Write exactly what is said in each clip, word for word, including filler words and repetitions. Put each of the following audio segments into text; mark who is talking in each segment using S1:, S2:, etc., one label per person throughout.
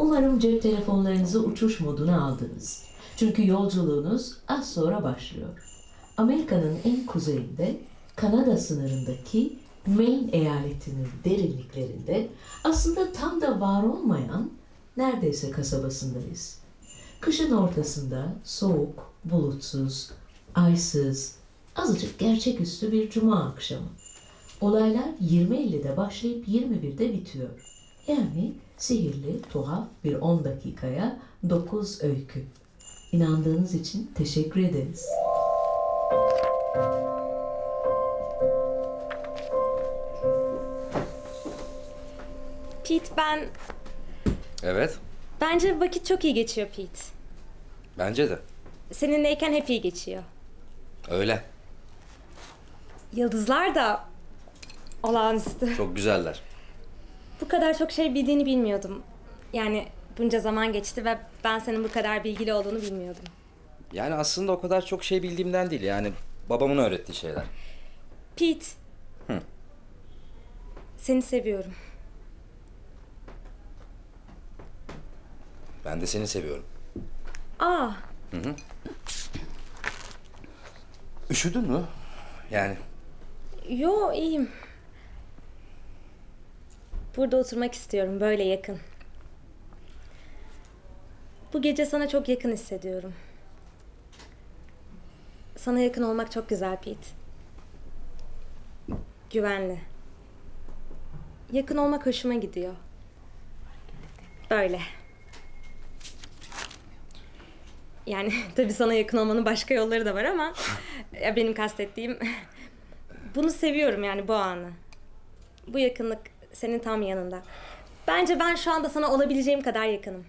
S1: Umarım cep telefonlarınızı uçuş moduna aldınız. Çünkü yolculuğunuz az sonra başlıyor. Amerika'nın en kuzeyinde, Kanada sınırındaki Maine eyaletinin derinliklerinde aslında tam da var olmayan neredeyse kasabasındayız. Kışın ortasında soğuk, bulutsuz, aysız, azıcık gerçeküstü bir cuma akşamı. Olaylar yirmi ellide başlayıp yirmi birde bitiyor. Yani sihirli, tuhaf bir on dakikaya dokuz öykü. İnandığınız için teşekkür ederiz.
S2: Pete, ben...
S3: Evet,
S2: Bence vakit çok iyi geçiyor Pete.
S3: bence de.
S2: Seninleyken hep iyi geçiyor.
S3: Öyle.
S2: Yıldızlar da olağanüstü.
S3: Çok güzeller.
S2: Bu kadar çok şey bildiğini bilmiyordum. Yani bunca zaman geçti ve ben senin bu kadar bilgili olduğunu bilmiyordum.
S3: Yani aslında o kadar çok şey bildiğimden değil. Yani babamın öğrettiği şeyler.
S2: Pete.
S3: Hı.
S2: Seni seviyorum.
S3: Ben de seni seviyorum.
S2: Aa,
S3: Üşüdün mü? Yani
S2: yo iyiyim. Burada oturmak istiyorum, böyle yakın. Bu gece sana çok yakın hissediyorum. Sana yakın olmak çok güzel Pete. Güvenli. Yakın olmak hoşuma gidiyor. Böyle. Yani tabii sana yakın olmanın başka yolları da var ama ya benim kastettiğim bunu seviyorum, yani bu anı. Bu yakınlık senin tam yanında. Bence ben şu anda sana olabileceğim kadar yakınım.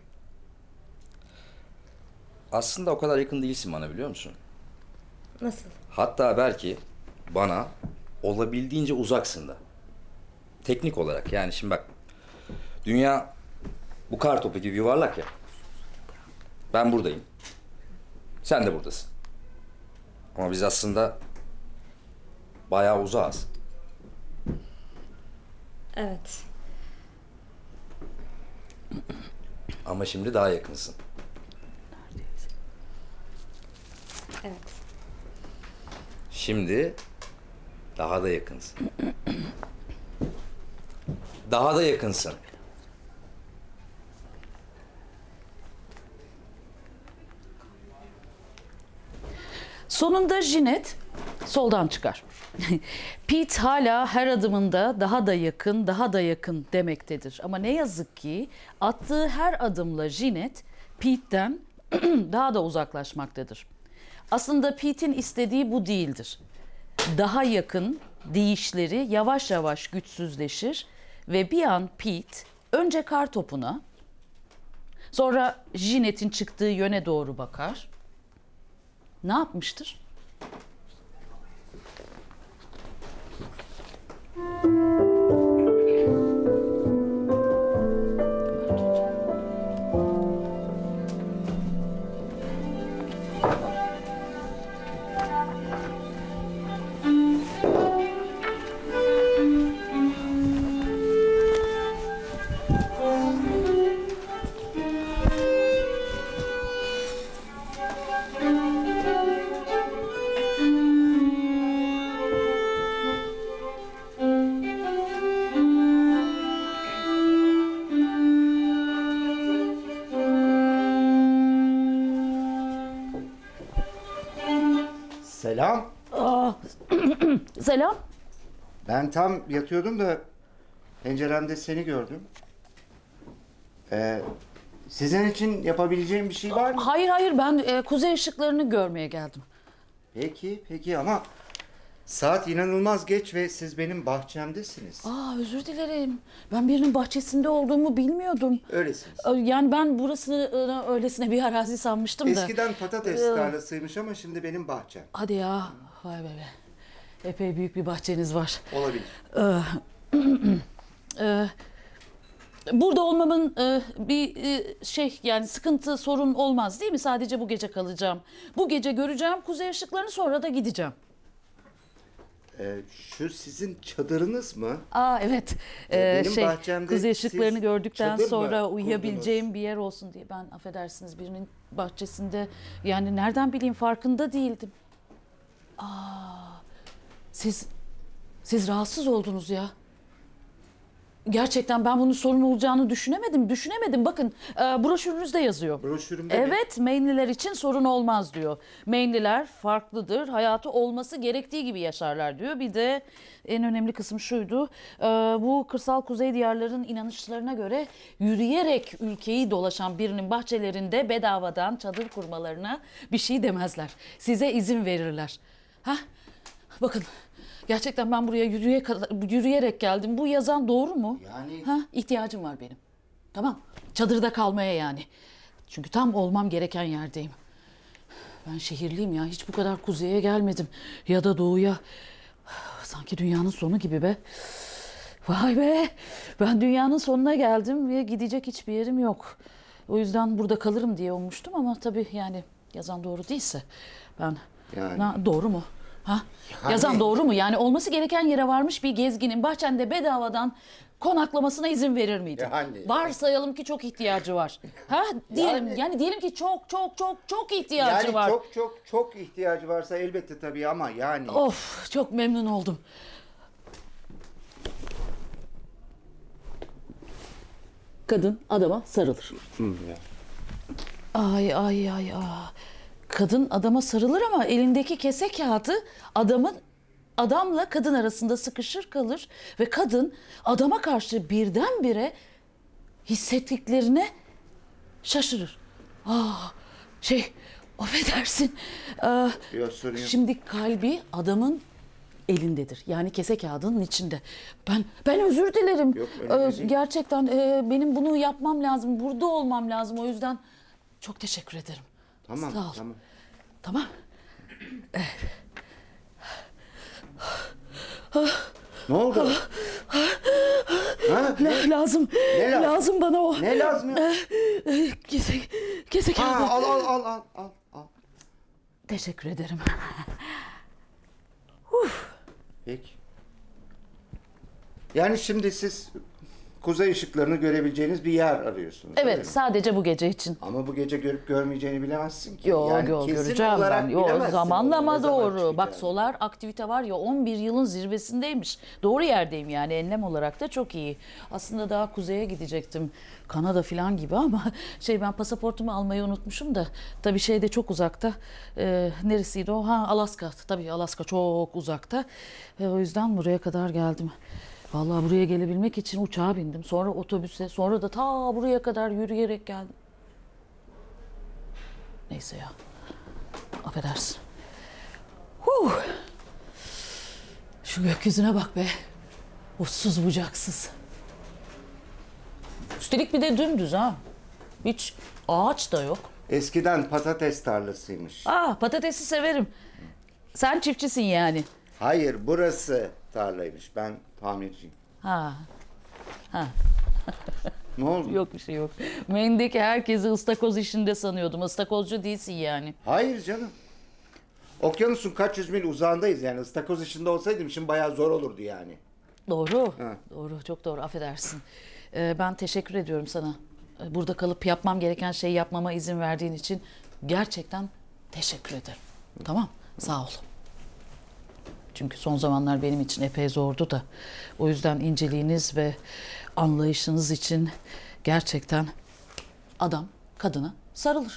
S3: aslında o kadar yakın değilsin bana, biliyor musun?
S2: Nasıl?
S3: Hatta belki bana olabildiğince uzaksın da. Teknik olarak yani şimdi bak. Dünya bu kar topu gibi yuvarlak ya. Ben buradayım. Sen de buradasın. Ama biz aslında bayağı uzağız.
S2: Evet.
S3: Ama şimdi daha yakınsın.
S2: Evet.
S3: Şimdi daha da yakınsın. Daha da yakınsın.
S4: Sonunda Jinet soldan çıkar. Pete hala her adımında daha da yakın, daha da yakın demektedir. Ama ne yazık ki attığı her adımla Jinet Pete'den daha da uzaklaşmaktadır. Aslında Pete'in istediği bu değildir. Daha yakın deyişleri yavaş yavaş güçsüzleşir ve bir an Pete önce kar topuna, sonra Jinet'in çıktığı yöne doğru bakar. Ne yapmıştır?
S5: Selam.
S4: Selam.
S5: Ben tam yatıyordum da penceremde seni gördüm. Ee, sizin için yapabileceğim bir şey var mı?
S4: Hayır hayır ben e, kuzey ışıklarını görmeye geldim.
S5: Peki, peki ama saat inanılmaz geç ve siz benim bahçemdesiniz.
S4: Aa özür dilerim. Ben birinin bahçesinde olduğumu bilmiyordum.
S5: Öylesiniz.
S4: Ee, Yani ben burası e, öylesine bir arazi sanmıştım da.
S5: Eskiden patates
S4: Ee,
S5: tarlasıymış ama şimdi benim bahçem.
S4: Hadi ya. Vay be be. Epey büyük bir bahçeniz var.
S5: Olabilir.
S4: Ee, burada olmamın e, bir e, şey yani sıkıntı sorun olmaz değil mi? Sadece bu gece kalacağım. Bu gece göreceğim kuzey ışıklarını, sonra da gideceğim.
S5: e, şu sizin çadırınız mı?
S4: Aa evet.
S5: E,
S4: Ee,
S5: benim
S4: şey
S5: bahçemde
S4: kuzey ışıklarını
S5: siz
S4: gördükten
S5: çadır mı
S4: sonra uyuyabileceğim
S5: kurdunuz?
S4: bir yer olsun diye ben affedersiniz birinin bahçesinde yani nereden bileyim farkında değildim. Aa siz siz rahatsız oldunuz ya. Gerçekten ben bunun sorun olacağını düşünemedim. Düşünemedim. Bakın e, broşürünüzde yazıyor.
S5: Broşürümde mi?
S4: Evet, Maine'liler için sorun olmaz diyor. Maine'liler farklıdır, hayatı olması gerektiği gibi yaşarlar diyor. Bir de en önemli kısım şuydu. e, bu kırsal kuzey diyarların inanışlarına göre yürüyerek ülkeyi dolaşan birinin bahçelerinde bedavadan çadır kurmalarına bir şey demezler. Size izin verirler. Ha? Bakın. Gerçekten ben buraya yürüye, yürüyerek geldim. Bu yazan doğru mu?
S5: Yani-
S4: Ha, ihtiyacım var benim. Tamam. Çadırda kalmaya yani. Çünkü tam olmam gereken yerdeyim. Ben şehirliyim ya. Hiç bu kadar kuzeye gelmedim. Ya da doğuya. Sanki dünyanın sonu gibi be. Vay be. Ben dünyanın sonuna geldim ve gidecek hiçbir yerim yok. O yüzden burada kalırım diye ummuştum ama tabii yani yazan doğru değilse ben
S5: Yani-
S4: Na- doğru mu? Ha?
S5: Yani-
S4: Yazan doğru mu? Yani olması gereken yere varmış bir gezginin bahçende bedavadan konaklamasına izin verir miydin?
S5: Yani-
S4: Varsayalım ki çok ihtiyacı var. Ha? Diyelim yani,
S5: Yani-
S4: diyelim ki çok çok çok çok ihtiyacı
S5: Yani
S4: var.
S5: çok çok çok ihtiyacı varsa elbette tabii ama yani.
S4: Of çok memnun oldum. Kadın adama sarılır.
S5: Hı, ya.
S4: Ay ay ay ay. Kadın adama sarılır ama elindeki kese kağıdı adamın adamla kadın arasında sıkışır kalır ve kadın adama karşı birdenbire hissettiklerine şaşırır. Aa, şey affedersin. Aa,
S5: Yok, sorun yok.
S4: şimdi kalbi adamın elindedir. Yani kese kağıdının içinde. Ben ben özür dilerim.
S5: Yok, önemli
S4: Ee,
S5: değil.
S4: gerçekten e, benim bunu yapmam lazım. Burada olmam lazım. O yüzden çok teşekkür ederim.
S5: Tamam
S4: Sağ ol.
S5: tamam.
S4: Tamam.
S5: Ne oldu? ha?
S4: La- lazım.
S5: Ne lazım?
S4: lazım bana o.
S5: Ne lazım ya?
S4: Ee, Kese, kese kağıdı.
S5: Ha, al al al al al al.
S4: Teşekkür ederim.
S5: Peki. Yani şimdi siz kuzey ışıklarını görebileceğiniz bir yer arıyorsunuz. öyle
S4: Evet,
S5: mi?
S4: sadece bu gece için.
S5: Ama bu gece görüp görmeyeceğini bilemezsin ki.
S4: Yo
S5: Yani
S4: yo
S5: kesin
S4: göreceğim
S5: olarak
S4: ben. Yo
S5: bilemezsin
S4: zamanlama
S5: onu, ne zaman
S4: doğru. Bak
S5: çıkacağını.
S4: solar aktivite var ya on bir yılın zirvesindeymiş. Doğru yerdeyim yani enlem olarak da çok iyi. Aslında daha kuzeye gidecektim. Kanada falan gibi ama şey ben pasaportumu almayı unutmuşum da. Tabii şey de çok uzakta. Ee, neresiydi o? Ha Alaska. Tabii Alaska çok uzakta. Ee, o yüzden buraya kadar geldim. Vallahi buraya gelebilmek için uçağa bindim. Sonra otobüse, sonra da ta buraya kadar yürüyerek geldim. Neyse ya. Affedersin. Huh. Şu gökyüzüne bak be. Uçsuz bucaksız. Üstelik bir de dümdüz ha. Hiç ağaç da yok.
S5: Eskiden patates tarlasıymış.
S4: Aa patatesi severim. Sen çiftçisin yani.
S5: Hayır, burası tarlaymış. Ben tamirciyim.
S4: Ha. Ha.
S5: Ne oldu?
S4: Yok bir şey yok. Maine'deki herkesi ıstakoz işinde sanıyordum. Istakozcu değilsin yani.
S5: Hayır canım. Okyanusun kaç yüz mil uzağındayız yani. Istakoz içinde olsaydım şimdi bayağı zor olurdu yani.
S4: Doğru.
S5: Ha.
S4: Doğru. Çok doğru. Affedersin. Ee, ben teşekkür ediyorum sana. Ee, Burada kalıp yapmam gereken şeyi yapmama izin verdiğin için gerçekten teşekkür ederim. Tamam. Sağ ol. Çünkü son zamanlar benim için epey zordu da. O yüzden inceliğiniz ve anlayışınız için gerçekten adam kadına sarılır.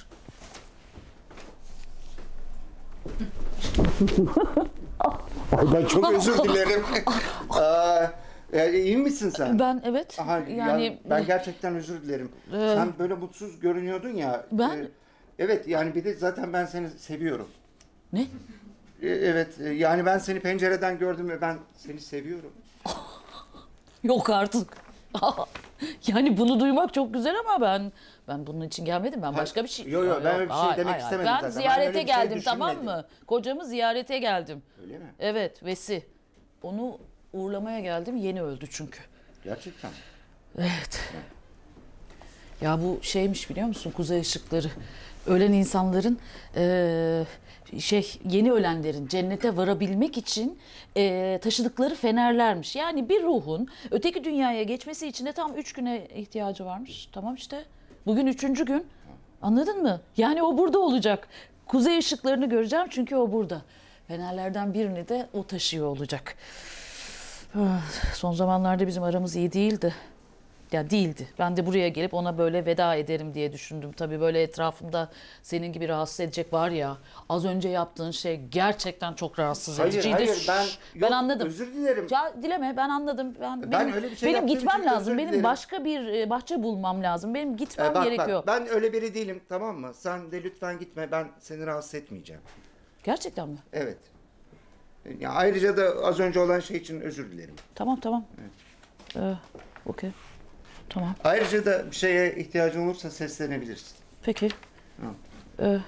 S5: Ay ben çok özür dilerim. Aa, e, iyi misin sen?
S4: Ben evet.
S5: Aha,
S4: yani
S5: yani ben gerçekten özür dilerim.
S4: Ee,
S5: Sen böyle mutsuz görünüyordun ya.
S4: Ben-
S5: e, evet yani bir de zaten ben seni seviyorum.
S4: ne?
S5: E, evet e, yani ben seni pencereden gördüm ve ben seni seviyorum.
S4: Yok artık. Yani bunu duymak çok güzel ama ben ben bunun için gelmedim. Ben başka bir şey.
S5: Yo, yo, ben öyle bir şey
S4: Hayır,
S5: demek
S4: hayır,
S5: istemedim
S4: Ben
S5: zaten. Ben
S4: ziyarete
S5: öyle bir şey
S4: geldim tamam
S5: düşünmedim.
S4: mı? Kocamı ziyarete geldim.
S5: Öyle mi?
S4: Evet Vesi. Onu uğurlamaya geldim. Yeni öldü çünkü.
S5: Gerçekten.
S4: Evet. Ya bu şeymiş biliyor musun? Kuzey ışıkları. Ölen insanların e, şey yeni ölenlerin cennete varabilmek için e, taşıdıkları fenerlermiş. Yani bir ruhun öteki dünyaya geçmesi için de tam üç güne ihtiyacı varmış. Tamam işte. Bugün üçüncü gün. Anladın mı? Yani o burada olacak. Kuzey ışıklarını göreceğim çünkü o burada. Fenerlerden birini de o taşıyor olacak. Ah, son zamanlarda bizim aramız iyi değildi. Ya değildi. Ben de buraya gelip ona böyle veda ederim diye düşündüm. Tabii böyle etrafımda senin gibi rahatsız edecek var ya. Az önce yaptığın şey gerçekten çok rahatsız
S5: Hayır,
S4: ediciydi.
S5: hayır,
S4: Şşş,
S5: ben-
S4: ben
S5: yok,
S4: anladım.
S5: özür dilerim.
S4: Ya dileme, ben anladım. Ben,
S5: Ben
S4: benim,
S5: öyle bir şey
S4: benim
S5: yaptığım
S4: gitmem
S5: için
S4: lazım.
S5: özür
S4: Benim
S5: dilerim.
S4: başka bir e, bahçe bulmam lazım. Benim gitmem
S5: Ee, bak
S4: gerekiyor.
S5: bak ben öyle biri değilim, tamam mı? Sen de lütfen gitme, ben seni rahatsız etmeyeceğim.
S4: Gerçekten mi?
S5: Evet. Ya ayrıca da az önce olan şey için özür dilerim.
S4: Tamam tamam. Ee, Okey. Tamam.
S5: Ayrıca da bir şeye ihtiyacın olursa seslenebilirsin.
S4: Peki.
S5: Tamam.
S4: Ee,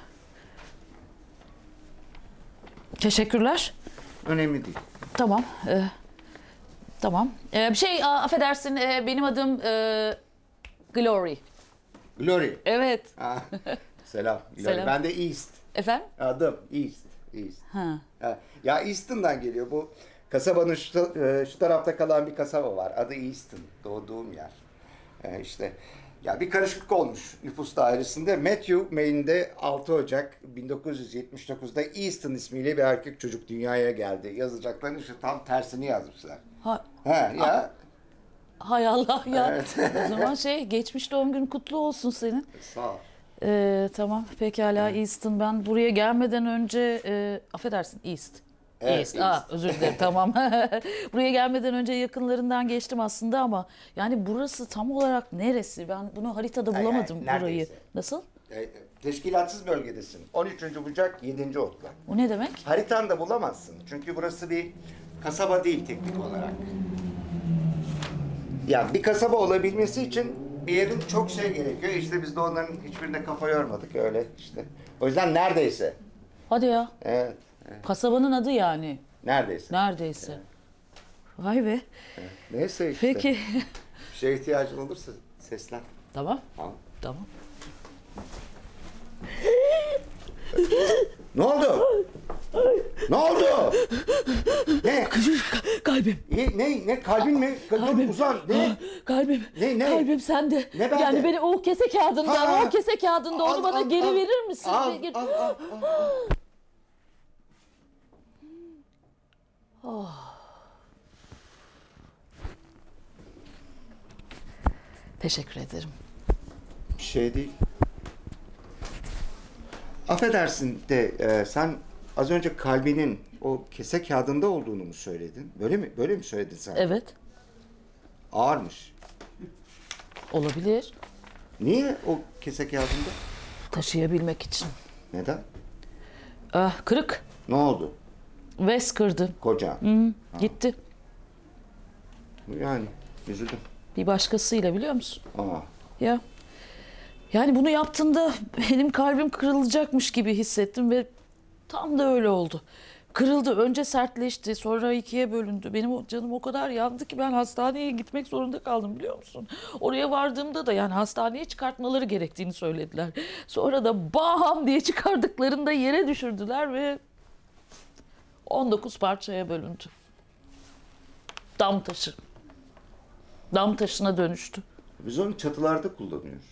S4: teşekkürler.
S5: Önemli değil.
S4: Tamam. e, tamam. Ee, bir şey a- affedersin. e, benim adım e, Glory.
S5: Glory.
S4: Evet.
S5: Ha, selam. Glory.
S4: Selam.
S5: Ben de East.
S4: Efendim?
S5: Adım East. East.
S4: Ha.
S5: Ha, ya Easton'dan geliyor. Bu kasabanın şu, ta- e, şu tarafta kalan bir kasaba var. Adı Easton. Doğduğum yer. E, işte ya bir karışıklık olmuş nüfus dairesinde. Matthew, Maine'de altı Ocak bin dokuz yüz yetmiş dokuzda Easton ismiyle bir erkek çocuk dünyaya geldi. Yazacakların işte tam tersini yazmışlar.
S4: Ha,
S5: Ha ya.
S4: hay Allah ya.
S5: Evet.
S4: O zaman şey geçmiş doğum günün kutlu olsun senin.
S5: Sağ ol.
S4: Ee, tamam pekala Easton. Ben buraya gelmeden önce e, affedersin East.
S5: Evet,
S4: East.
S5: East.
S4: Aa, özür dilerim tamam. Buraya gelmeden önce yakınlarından geçtim aslında ama yani burası tam olarak neresi? Ben bunu haritada
S5: Ay, ay,
S4: bulamadım burayı.
S5: neredeyse.
S4: Nasıl?
S5: E, teşkilatsız bölgedesin. on üçüncü bucak yedinci otla.
S4: O ne demek?
S5: Haritanda bulamazsın. Çünkü burası bir kasaba değil teknik olarak. Yani bir kasaba olabilmesi için bir yerin çok şey gerekiyor. İşte biz de onların hiçbirine kafa yormadık öyle işte. O yüzden neredeyse.
S4: Hadi ya.
S5: Evet. evet.
S4: Kasabanın adı yani.
S5: Neredeyse.
S4: Neredeyse. Vay be.
S5: Neyse işte.
S4: Peki.
S5: Bir şeye ihtiyacın olursa seslen.
S4: Tamam.
S5: Tamam.
S4: Tamam.
S5: Ne oldu? Ne oldu? Ne?
S4: Kalbim.
S5: Ne? Ne? Ne? Kalbin mi? Kalbim. Uzan. Ne?
S4: Kalbim.
S5: Ne, ne?
S4: Kalbim sende.
S5: Ne bende?
S4: Yani beni o kese kağıdında,
S5: Ha.
S4: o kese kağıdında onu
S5: Al,
S4: bana
S5: al,
S4: geri
S5: al.
S4: verir misin?
S5: Al,
S4: Gel-
S5: al, al, al, al.
S4: Teşekkür ederim.
S5: Bir şey değil. Affedersin de e, sen az önce kalbinin o kese kağıdında olduğunu mu söyledin? Böyle mi? Böyle mi söyledin sen?
S4: Evet.
S5: Ağırmış.
S4: Olabilir.
S5: Niye o kese kağıdında?
S4: Taşıyabilmek için.
S5: Neden?
S4: Ah, kırık.
S5: Ne oldu?
S4: Ves kırdı.
S5: Kocan.
S4: Hı, gitti.
S5: Yani üzüldüm.
S4: Bir başkasıyla biliyor musun?
S5: Aa.
S4: Ya. Yani bunu yaptığında benim kalbim kırılacakmış gibi hissettim ve tam da öyle oldu. Kırıldı. Önce sertleşti. Sonra ikiye bölündü. Benim o canım o kadar yandı ki ben hastaneye gitmek zorunda kaldım biliyor musun? Oraya vardığımda da yani hastaneye çıkartmaları gerektiğini söylediler. Sonra da bam diye çıkardıklarında yere düşürdüler ve on dokuz parçaya bölündü. Dam taşı. Dam taşına dönüştü.
S5: Biz onu çatılarda kullanıyoruz.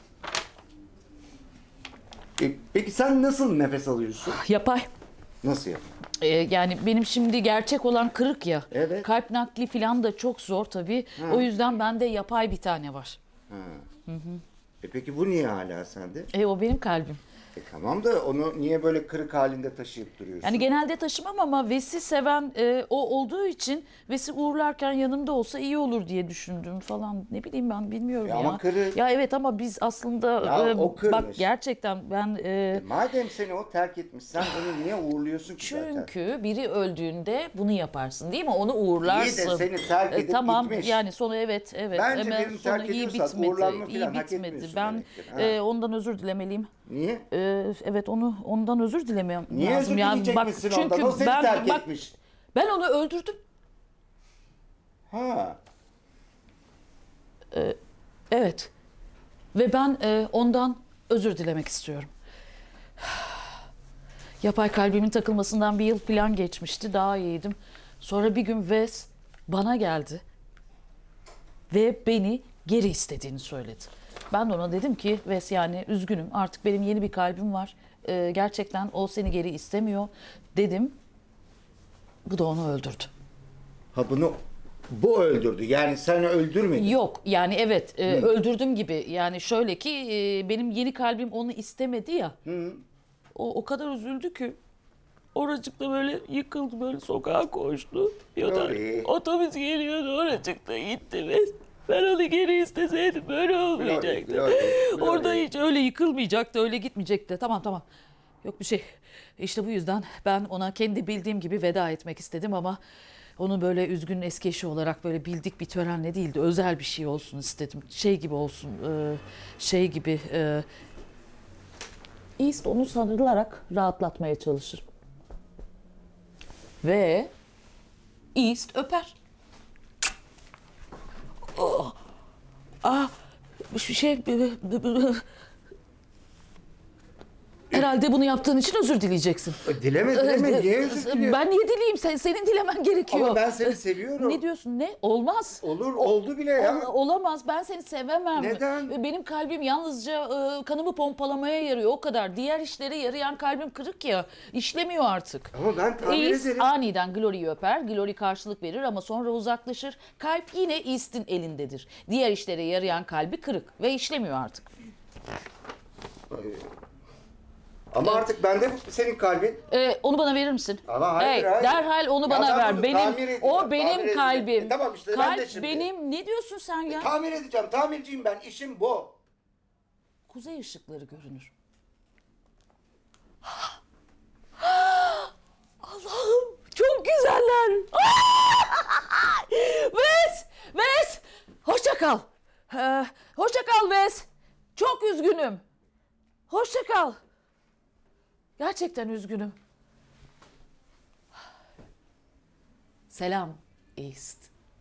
S5: E, peki sen nasıl nefes alıyorsun?
S4: Yapay.
S5: Nasıl yap?
S4: Ee, yani benim şimdi gerçek olan kırık ya.
S5: Evet.
S4: Kalp nakli falan da çok zor tabii. O yüzden bende yapay bir tane var.
S5: Ha. E peki bu niye hala sende?
S4: E o benim kalbim.
S5: E tamam da onu niye böyle kırık halinde taşıyıp duruyorsun?
S4: Yani genelde taşımam ama Ves'i seven e, o olduğu için Ves'i uğurlarken yanımda olsa iyi olur diye düşündüm falan. Ne bileyim ben bilmiyorum
S5: Ya
S4: ya.
S5: ama kırık.
S4: Ya evet ama biz aslında
S5: Ya
S4: e,
S5: o kırmış.
S4: bak gerçekten ben e,
S5: E madem seni o terk etmiş, sen onu niye uğurluyorsun ki zaten?
S4: çünkü biri öldüğünde bunu yaparsın değil mi? Onu uğurlarsın.
S5: İyi de seni terk
S4: E,
S5: edip
S4: tamam
S5: gitmiş.
S4: yani sonu evet evet.
S5: Bence
S4: Hemen
S5: birini
S4: sonu
S5: terk
S4: iyi
S5: ediyorsak
S4: bitmedi.
S5: uğurlanma
S4: iyi
S5: falan hak
S4: bitmedi.
S5: etmiyorsun
S4: Ben
S5: demektir. Ha.
S4: e, ondan özür dilemeliyim.
S5: Niye?
S4: E, evet onu ondan özür dilemem
S5: Niye
S4: lazım.
S5: özür
S4: Yani
S5: dileyecek
S4: bak
S5: misin
S4: çünkü
S5: ondan? O seni
S4: ben
S5: terk
S4: bak,
S5: etmiş.
S4: ben onu öldürdüm.
S5: Ha.
S4: Evet. Ve ben e, ondan özür dilemek istiyorum. Yapay kalbimin takılmasından bir yıl falan geçmişti. Daha iyiydim. Sonra bir gün Wes bana geldi. Ve beni geri istediğini söyledi. Ben de ona dedim ki Wes yani üzgünüm artık benim yeni bir kalbim var. Ee, gerçekten o seni geri istemiyor dedim. Bu da onu öldürdü.
S5: Ha bunu bu öldürdü. Yani sen öldürmedin.
S4: Yok yani evet e, öldürdüm gibi. Yani şöyle ki e, benim yeni kalbim onu istemedi ya.
S5: Hı.
S4: O o kadar üzüldü ki oracıkta böyle yıkıldı böyle sokağa koştu. Yoda,
S5: Glory.
S4: otobüs geliyordu oracıkta gitti ve ben onu geri isteseydim böyle olmayacaktı.
S5: Glory, glory.
S4: Orada hiç öyle yıkılmayacaktı öyle gitmeyecekti. Tamam tamam yok bir şey. İşte bu yüzden ben ona kendi bildiğim gibi veda etmek istedim ama onu böyle üzgün eski eşi olarak böyle bildik bir törenle değildi. Özel bir şey olsun istedim. Şey gibi olsun. e, şey gibi. E, East onu sarılarak rahatlatmaya çalışır. Ve East öper. Oh. Ah, bir şey... Herhalde bunu yaptığın için özür dileyeceksin.
S5: Dileme dileme. Niye özür diliyorsun?
S4: Ben niye dileyeyim? Sen, senin dilemen gerekiyor.
S5: Ama ben seni seviyorum.
S4: Ne diyorsun? Ne? Olmaz.
S5: Olur, oldu bile ya.
S4: Ol- olamaz. Ben seni sevemem.
S5: Neden?
S4: Benim kalbim yalnızca e, kanımı pompalamaya yarıyor. O kadar. Diğer işlere yarayan kalbim kırık ya. İşlemiyor artık.
S5: Ama ben tamir
S4: East
S5: ederim.
S4: aniden Glory'yi öper. Glory karşılık verir ama sonra uzaklaşır. Kalp yine East'in elindedir. Diğer işlere yarayan kalbi kırık ve işlemiyor artık.
S5: Ama artık bende senin kalbin.
S4: Ee, onu bana verir misin?
S5: Ama hayır,
S4: Hey,
S5: hayır.
S4: derhal onu
S5: Ya
S4: bana
S5: ben
S4: ver.
S5: bunu
S4: Benim
S5: tamir edeceğim,
S4: o
S5: tamir
S4: benim
S5: edeceğim.
S4: kalbim.
S5: E tamam işte, ben de
S4: Kalp
S5: şimdi.
S4: benim. Ne diyorsun sen ya?
S5: Tamir edeceğim. Tamirciyim ben. İşim bu.
S4: Kuzey ışıkları görünür. Allah'ım çok güzeller. Wes, Wes, hoşça kal. Ee, hoşça kal Wes. Çok üzgünüm. Hoşça kal. Gerçekten üzgünüm. Selam East.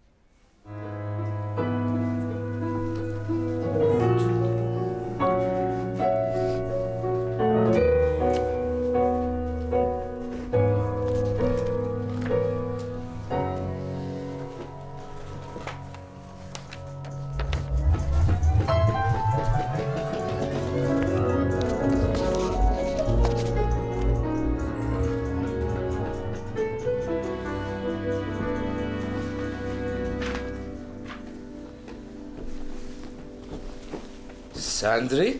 S3: Sandri?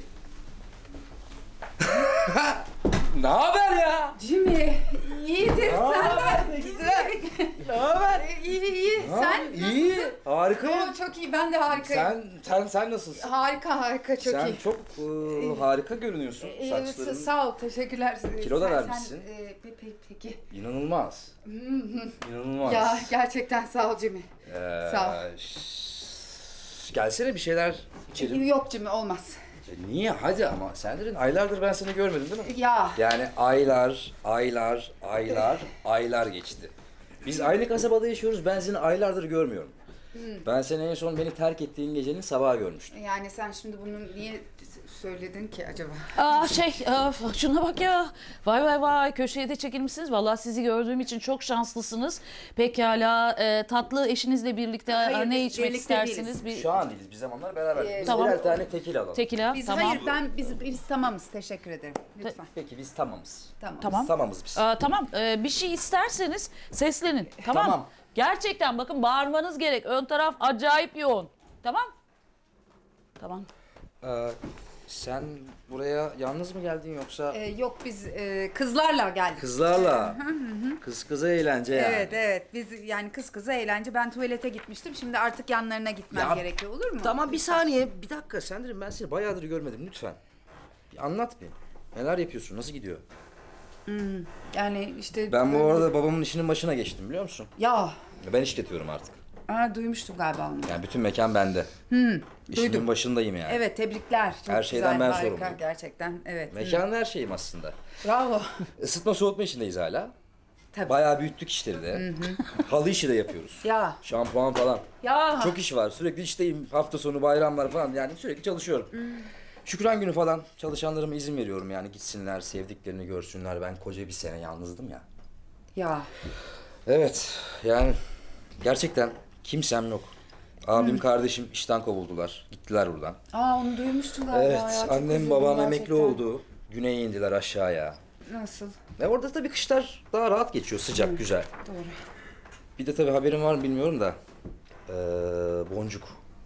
S3: Ne haber ya?
S6: Jimmy, iyidir senden.
S3: Ne güzel. Ne haber?
S6: İyi iyi. Sen
S3: İyi.
S6: nasılsın?
S3: Harikayım.
S6: Oo, çok iyi. Ben de harikayım.
S3: Sen sen sen nasılsın?
S6: Harika harika çok
S3: sen
S6: iyi.
S3: çok e, harika görünüyorsun.
S6: Ee,
S3: Saçların
S6: sağ ol, teşekkürler.
S3: Kilo da
S6: Sen-
S3: vermişsin.
S6: Sen, e, pe- pe- peki.
S3: inanılmaz. İnanılmaz.
S6: Ya gerçekten sağ ol Jimmy.
S3: Ee,
S6: sağ ol.
S3: ş- Gelsene bir şeyler içelim.
S6: Yok Jimmy olmaz.
S3: E, Niye? Hadi ama. Sandrine aylardır ben seni görmedim değil mi?
S6: Ya
S3: Yani aylar, aylar, aylar, aylar geçti. Biz aynı kasabada yaşıyoruz. Ben seni aylardır görmüyorum. Ben seni en son beni terk ettiğin gecenin sabahı görmüştüm.
S6: yani sen şimdi bunu niye söyledin ki acaba?
S4: Aa şey, aa, şuna bak ya. Vay vay vay, köşeye de çekilmişsiniz. Vallahi sizi gördüğüm için çok şanslısınız. Pekala, e, tatlı eşinizle birlikte
S6: Hayır,
S4: ne
S6: biz
S4: içmek
S6: birlikte
S4: istersiniz? Bir
S3: Şu an değiliz. Bir zamanlar beraber.
S6: Ee,
S3: Biz
S4: tamam.
S3: birer tane tekil alalım.
S4: tekila,
S6: Biz
S4: tamam.
S6: hayır ben biz biz tamamız. Teşekkür ederim. Lütfen.
S3: Peki biz tamamız.
S6: Tamam.
S4: Tamam.
S3: Biz tamamız biz.
S4: Aa, tamam, e, bir şey isterseniz seslenin. Tamam.
S3: Tamam.
S4: Gerçekten bakın bağırmanız gerek. Ön taraf acayip yoğun. Tamam. Tamam.
S3: Ee, sen buraya yalnız mı geldin yoksa
S6: Ee, yok biz e, kızlarla geldik.
S3: kızlarla? Kız kıza eğlence yani.
S6: Evet evet biz yani kız kıza eğlence ben tuvalete gitmiştim şimdi artık yanlarına gitmem
S3: Ya,
S6: gerekiyor olur mu?
S3: Tamam bir saniye, bir dakika Sandrine, ben seni bayağıdır görmedim lütfen. Bir anlat bir. Neler yapıyorsun, nasıl gidiyor?
S6: Yani işte
S3: Ben bu arada babamın işinin başına geçtim biliyor musun?
S6: ya
S3: Ben işletiyorum artık.
S6: aa, duymuştum galiba onu.
S3: Yani bütün mekan bende. İşimin
S6: duydum.
S3: başındayım yani.
S6: Evet tebrikler. Çok
S3: Her şeyden
S6: güzel,
S3: ben
S6: harika,
S3: sorumluyum.
S6: gerçekten evet.
S3: Mekanın her şeyim aslında.
S6: Hı. Bravo.
S3: Isıtma soğutma işindeyiz hala.
S6: Tabii.
S3: Bayağı büyüttük işleri de. Halı işi de yapıyoruz.
S6: Ya
S3: Şampuan falan.
S6: ya
S3: Çok iş var. Sürekli işteyim. Hafta sonu, bayramlar falan. Yani sürekli çalışıyorum. Şükran günü falan çalışanlarıma izin veriyorum yani gitsinler, sevdiklerini görsünler. Ben koca bir sene yalnızdım ya.
S6: Ya
S3: Evet yani gerçekten kimsem yok. Abim kardeşim işten kovuldular. Gittiler buradan.
S6: aa onu duymuştum galiba
S3: Evet
S6: ya. Çok
S3: annem
S6: üzüldüm
S3: babam emekli
S6: gerçekten.
S3: oldu. Güneye indiler aşağıya.
S6: Nasıl?
S3: Ve orada tabii kışlar daha rahat geçiyor. Sıcak güzel.
S6: Doğru.
S3: Bir de tabii haberin var mı bilmiyorum da. Ee, Boncuk.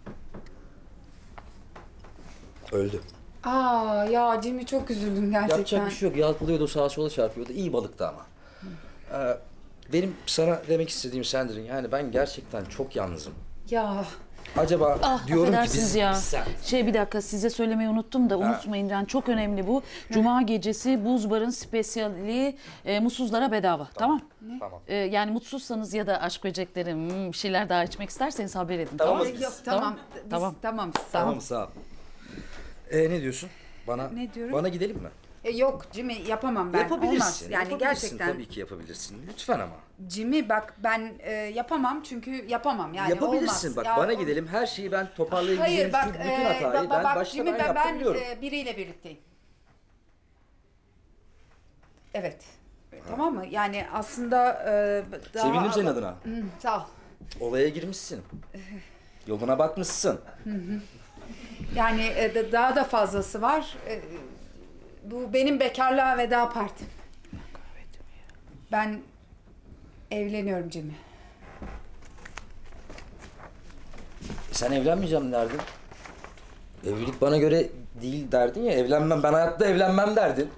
S3: Öldü.
S6: Aa ya Cem'i çok üzüldüm gerçekten.
S3: Yapacak bir şey yok. Yalpalıyordu, sağa sola çarpıyordu. İyi balıktı ama. Ee, benim sana demek istediğim Sandrine, yani ben gerçekten çok yalnızım.
S6: Ya
S3: Acaba
S4: Ah,
S3: diyorum ki
S4: affedersiniz
S3: biz...
S4: ya.
S3: Sen,
S4: Şey bir dakika size söylemeyi unuttum da unutmayın yani çok önemli bu. Cuma gecesi Buz Bar'ın spesiyali e, mutsuzlara bedava. Tamam.
S3: Tamam.
S4: E, yani mutsuzsanız ya da aşk böcekleri hmm, bir şeyler daha içmek isterseniz haber edin.
S3: Tamam.
S4: Tamam.
S6: Ee, yok tamam. Biz,
S4: Tamam.
S6: tamam. Tamam.
S3: Tamam sağ ol. Ee, ne diyorsun? Bana,
S6: Ne diyorum?
S3: Bana gidelim mi?
S6: E, yok Jimmy yapamam ben.
S3: Yapabilirsin.
S6: Olmaz. Yani
S3: yapabilirsin,
S6: gerçekten
S3: Tabii ki yapabilirsin. Lütfen ama.
S6: Jimmy bak ben e, yapamam çünkü yapamam yani
S3: Yapabilirsin.
S6: olmaz.
S3: Bak
S6: Ya,
S3: bana
S6: o-
S3: gidelim. Her şeyi ben toparlayabileceğim.
S6: Hayır bak
S3: Çünkü bütün
S6: e,
S3: hatayı
S6: ba- ba-
S3: ben
S6: bak
S3: başta
S6: Jimmy
S3: ben
S6: ben,
S3: yaptım
S6: ben
S3: biliyorum.
S6: e, biriyle birlikteyim. Evet. Tamam mı? Yani aslında e, daha...
S3: Sevindim senin adına.
S6: Hı, sağ ol.
S3: Olaya girmişsin. Yoluna bakmışsın.
S6: Yani e, da- daha da fazlası var. E, bu benim bekarlığa veda partim. Ben evleniyorum Jimmy.
S3: Sen evlenmeyeceğim derdin. Evlilik bana göre değil derdin ya. Evlenmem. Ben hayatta evlenmem derdin.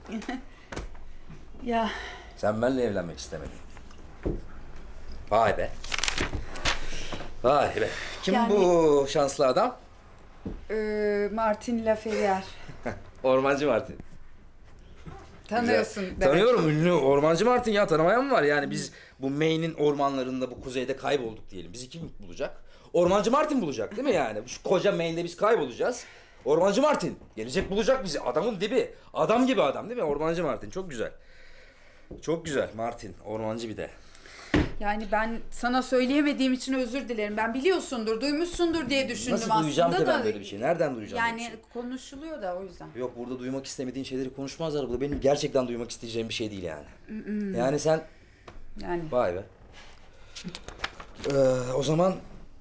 S6: Ya
S3: Sen benimle evlenmek istemedin. Vay be. Vay be. Kim
S6: Yani-
S3: bu şanslı adam?
S6: e, Martin Laferrière.
S3: Ormancı Martin.
S6: Tanıyorsun
S3: Güzel.
S6: demek.
S3: Tanıyorum, ünlü Ormancı Martin ya, tanımayan mı var? Yani biz bu Maine'in ormanlarında, bu kuzeyde kaybolduk diyelim. Bizi kim bulacak? Ormancı Martin bulacak değil mi yani? Şu koca Maine'de biz kaybolacağız. Ormancı Martin gelecek, bulacak bizi. Adamın dibi. Adam gibi adam değil mi? Ormancı Martin. Çok güzel. Çok güzel Martin. Ormancı bir de.
S6: Yani ben sana söyleyemediğim için özür dilerim. Ben biliyorsundur, duymuşsundur diye düşündüm
S3: Nasıl
S6: aslında
S3: duyacağım ki
S6: da.
S3: ben böyle bir şey? Nereden duyacağım
S6: Yani
S3: böyle bir şey?
S6: konuşuluyor da o yüzden.
S3: Yok, burada duymak istemediğin şeyleri konuşmazlar. Bu da benim gerçekten duymak isteyeceğim bir şey değil yani. Yani sen...
S6: Yani
S3: Vay be. Ee, o zaman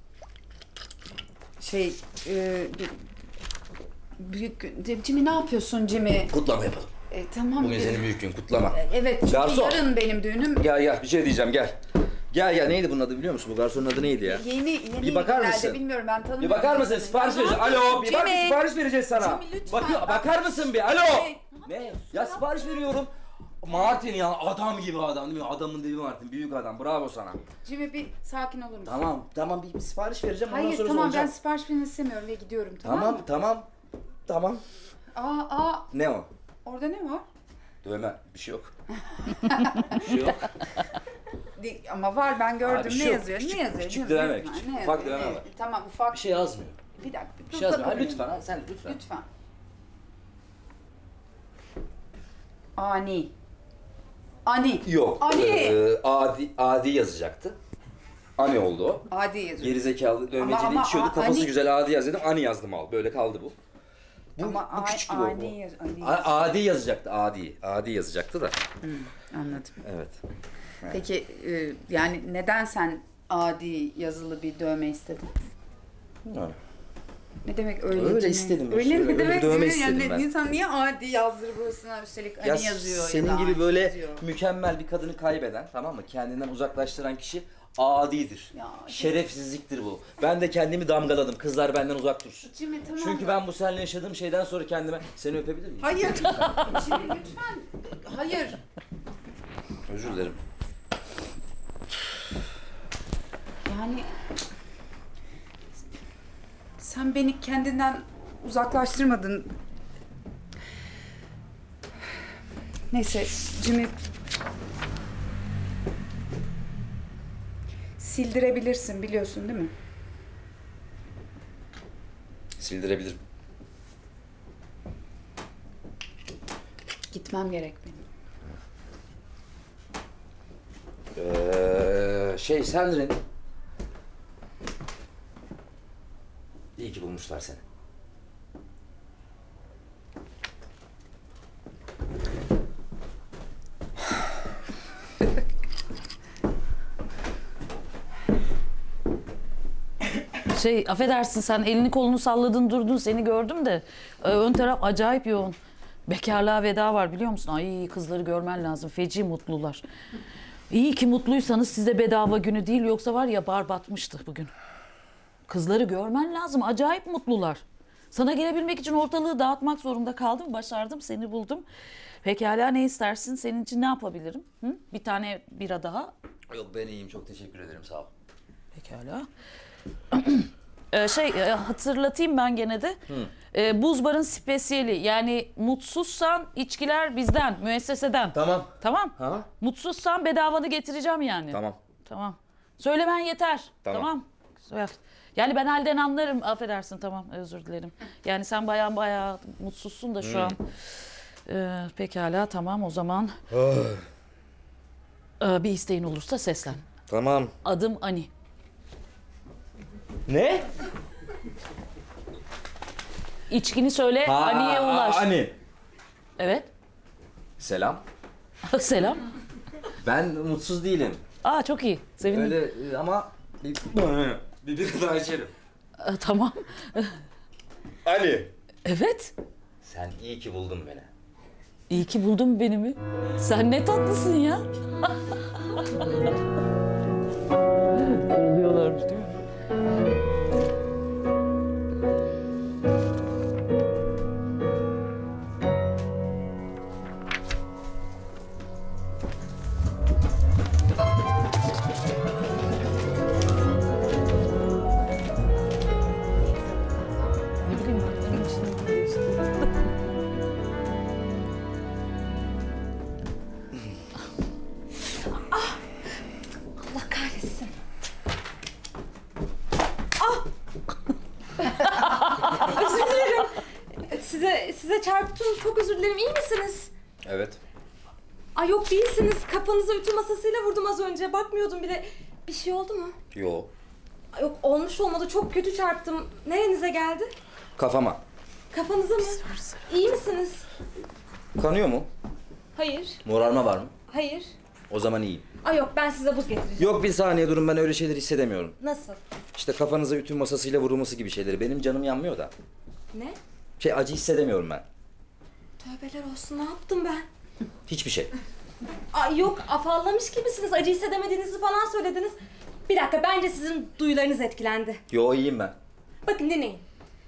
S6: şey e, bir- büyük Jimmy ne yapıyorsun Jimmy?
S3: kutlama yapalım.
S6: E, tamam.
S3: Bugün
S6: e,
S3: senin büyük gün, kutlama.
S6: Evet çünkü
S3: Garson.
S6: yarın benim düğünüm.
S3: Gel gel, bir şey diyeceğim, gel. Gel gel, neydi bunun adı biliyor musun? Bu garsonun adı neydi ya?
S6: Yeni yeni
S3: Bir bakar
S6: herhalde,
S3: mısın?
S6: bilmiyorum ben tanımıyorum.
S3: Bir bakar mısın? Sipariş vereceğiz. Alo, bir bak, bir
S6: Jimmy.
S3: sipariş vereceğiz sana.
S6: Jimmy, lütfen
S3: Bakıyor,
S6: bak.
S3: bakar mısın bir? Alo.
S6: Jimmy,
S3: Ne? Ya sipariş veriyorum. Martin ya, adam gibi adam değil mi? Adamın dibi Martin, büyük adam. Bravo sana.
S6: Jimmy bir sakin olur musun?
S3: Tamam, tamam, bir, bir sipariş vereceğim. Ondan
S6: Hayır
S3: sonra
S6: tamam
S3: soracağım.
S6: ben sipariş falan istemiyorum ve gidiyorum tamam,
S3: Tamam,
S6: mı?
S3: tamam. Tamam.
S6: Aa aa
S3: Ne o?
S6: orada ne var?
S3: Dövme, bir şey yok. bir şey yok.
S6: De- ama var ben gördüm.
S3: Abi,
S6: Ne
S3: şu
S6: yazıyor?
S3: küçük-
S6: ne yazıyor?
S3: küçük
S6: Lütfen,
S3: dövme,
S6: lütfen.
S3: küçük,
S6: Ne
S3: ufak
S6: yazıyor?
S3: dövme
S6: Ne-
S3: var.
S6: Tamam ufak.
S3: Bir şey yazmıyor.
S6: Bir dakika.
S3: Bir
S6: dur
S3: şey yazmıyor. Ha,
S6: bakayım.
S3: lütfen, ha, sen lütfen.
S6: Lütfen. Ani. Ani.
S3: Yok.
S6: Ani.
S3: Ee, adi, adi yazacaktı. Ani oldu o.
S6: Adi yazıyor.
S3: Gerizekalı dövmeciyle
S6: ama
S3: içiyordu.
S6: a-
S3: Kafası
S6: ani-
S3: güzel, adi yaz dedim. Ani yazdım al. Böyle kaldı bu. Bu,
S6: Ama
S3: bu
S6: a-
S3: küçük gibi oldu.
S6: ani yaz- ani
S3: A- Adi yazacaktı. Adi. Adi yazacaktı da.
S6: Anladım.
S3: Evet.
S6: Peki e, yani neden sen adi yazılı bir dövme istedin?
S3: Yani.
S6: Ne demek öyle?
S3: Öyle
S6: Cemil?
S3: istedim,
S6: Öyle
S3: öyle-
S6: mi
S3: öyle
S6: demek?
S3: bir dövme
S6: Cemil? Yani
S3: istedim ben.
S6: İnsan niye adi yazdırır burasına üstelik ani yazıyor
S3: senin
S6: ya da
S3: gibi
S6: ani
S3: böyle
S6: yazıyor.
S3: mükemmel bir kadını kaybeden, tamam mı? Kendinden uzaklaştıran kişi adidir.
S6: Ya,
S3: Şerefsizliktir bu. Ben de kendimi damgaladım. Kızlar benden uzak dursun.
S6: Cemil, tamam.
S3: Çünkü ben bu seninle yaşadığım şeyden sonra kendime... Seni öpebilir miyim?
S6: Hayır. Cemil lütfen. Hayır.
S3: Özür dilerim.
S6: Yani sen beni kendinden uzaklaştırmadın. Neyse Jimmy sildirebilirsin biliyorsun değil mi?
S3: Sildirebilirim.
S6: Gitmem gerek benim.
S3: Ee, şey Sandrine. İyi ki bulmuşlar seni.
S4: Şey affedersin sen elini kolunu salladın durdun seni gördüm de e, ön taraf acayip yoğun. Bekarlığa veda var biliyor musun? Ay kızları görmen lazım. Feci mutlular. İyi ki mutluysanız size bedava günü değil yoksa var ya bar batmıştı bugün. Kızları görmen lazım. Acayip mutlular. Sana gelebilmek için ortalığı dağıtmak zorunda kaldım. Başardım, seni buldum. Pekala ne istersin? Senin için ne yapabilirim? Hı? Bir tane bira daha.
S3: Yok ben iyiyim çok teşekkür ederim sağ ol.
S4: Pekala. Ee, şey e, hatırlatayım ben gene de. Ee, buz barın spesiyeli yani mutsuzsan içkiler bizden, müesseseden.
S3: Tamam.
S4: Tamam.
S3: Ha?
S4: Mutsuzsan bedavanı getireceğim yani.
S3: Tamam.
S4: Tamam. Söylemen yeter.
S3: Tamam.
S4: Tamam. Söyle. Yani ben halden anlarım. Affedersin tamam özür dilerim. Yani sen bayağı bayağı mutsuzsun da şu an. Ee, pekala tamam o zaman. Ee, bir isteğin olursa seslen.
S3: Tamam.
S4: Adım Ani.
S3: Ne?
S4: İçkini söyle Ani'ye ulaş.
S3: Ani.
S4: Evet.
S3: Selam.
S4: Selam.
S3: Ben mutsuz değilim.
S4: Aa çok iyi. Sevindim.
S3: Öyle e, ama bir, bir bir daha içerim.
S4: Ee, tamam.
S3: Ali.
S4: Evet.
S3: Sen iyi ki buldun beni.
S4: İyi ki buldun beni mi? Sen ne tatlısın ya. Kırılıyorlarmış değil mi? Ne bileyim ben.
S2: Allah kahretsin. Ah! Özür dilerim. Size size çarptım. Çok özür dilerim. İyi misiniz?
S3: Evet.
S2: Ay yok değilsiniz. Kafanıza ütü masasıyla vurdum az önce. Bakmıyordum bile. Bir şey oldu mu?
S3: Yo.
S2: Ay yok olmuş olmadı. Çok kötü çarptım. Nerenize geldi?
S3: Kafama.
S2: Kafanıza mı? İyi misiniz?
S3: Kanıyor mu?
S2: Hayır.
S3: Morarma var mı?
S2: Hayır.
S3: O zaman iyiyim.
S2: Ay yok ben size buz getireceğim.
S3: Yok bir saniye durun ben öyle şeyleri hissedemiyorum.
S2: Nasıl?
S3: İşte kafanıza ütü masasıyla vurulması gibi şeyleri. Benim canım yanmıyor da.
S2: Ne?
S3: Şey acı hissedemiyorum ben.
S2: Tövbeler olsun. Ne yaptım ben?
S3: Hiçbir şey.
S2: Ay yok afallamış gibisiniz. Acı hissedemediğinizi falan söylediniz. Bir dakika bence sizin duyularınız etkilendi.
S3: Yo iyiyim ben.
S2: Bakın dinleyin.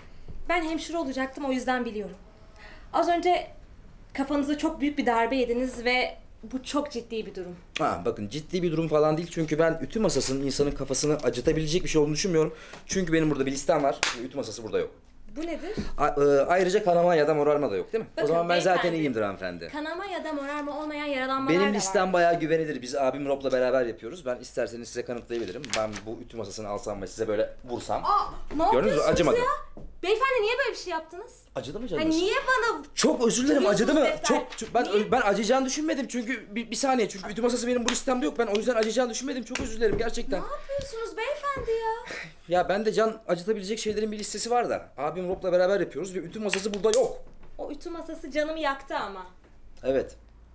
S2: Ben hemşire olacaktım o yüzden biliyorum. Az önce kafanıza çok büyük bir darbe yediniz ve bu çok ciddi bir durum.
S3: Ha bakın ciddi bir durum falan değil çünkü ben ütü masasının insanın kafasını acıtabilecek bir şey olduğunu düşünmüyorum. Çünkü benim burada bir listem var ve ütü masası burada yok.
S2: Bu nedir?
S3: A- e, ayrıca kanama ya da morarma da yok değil mi?
S2: Bakın
S3: o zaman ben zaten
S2: beyefendi,
S3: iyiyimdir hanımefendi.
S2: Kanama ya da morarma olmayan yaralanmalar
S3: Benim
S2: da
S3: listem
S2: var.
S3: bayağı güvenilir. Biz abim Rob'la beraber yapıyoruz. Ben isterseniz size kanıtlayabilirim. Ben bu ütü masasını alsam ve size böyle vursam.
S2: Aa, ne
S3: Gördünüz mü?
S2: yapıyorsunuz
S3: Acımadı.
S2: ya? Beyefendi niye böyle bir şey yaptınız?
S3: Acıdı mı
S2: Ha,
S3: canınız?
S2: niye bana...
S3: Çok özür dilerim acıdı mı?
S2: Defter.
S3: Çok, çok- ben
S2: Niye?
S3: ben acıyacağını düşünmedim çünkü bir, bir saniye çünkü ütü masası benim bu listemde yok. Ben o yüzden acıyacağını düşünmedim. Çok özür dilerim gerçekten.
S2: Ne yapıyorsunuz beyefendi ya?
S3: Ya ben de can acıtabilecek şeylerin bir listesi var da. Abim Rob'la beraber yapıyoruz ve ütü masası burada yok.
S2: O ütü masası canımı yaktı ama.
S3: Evet.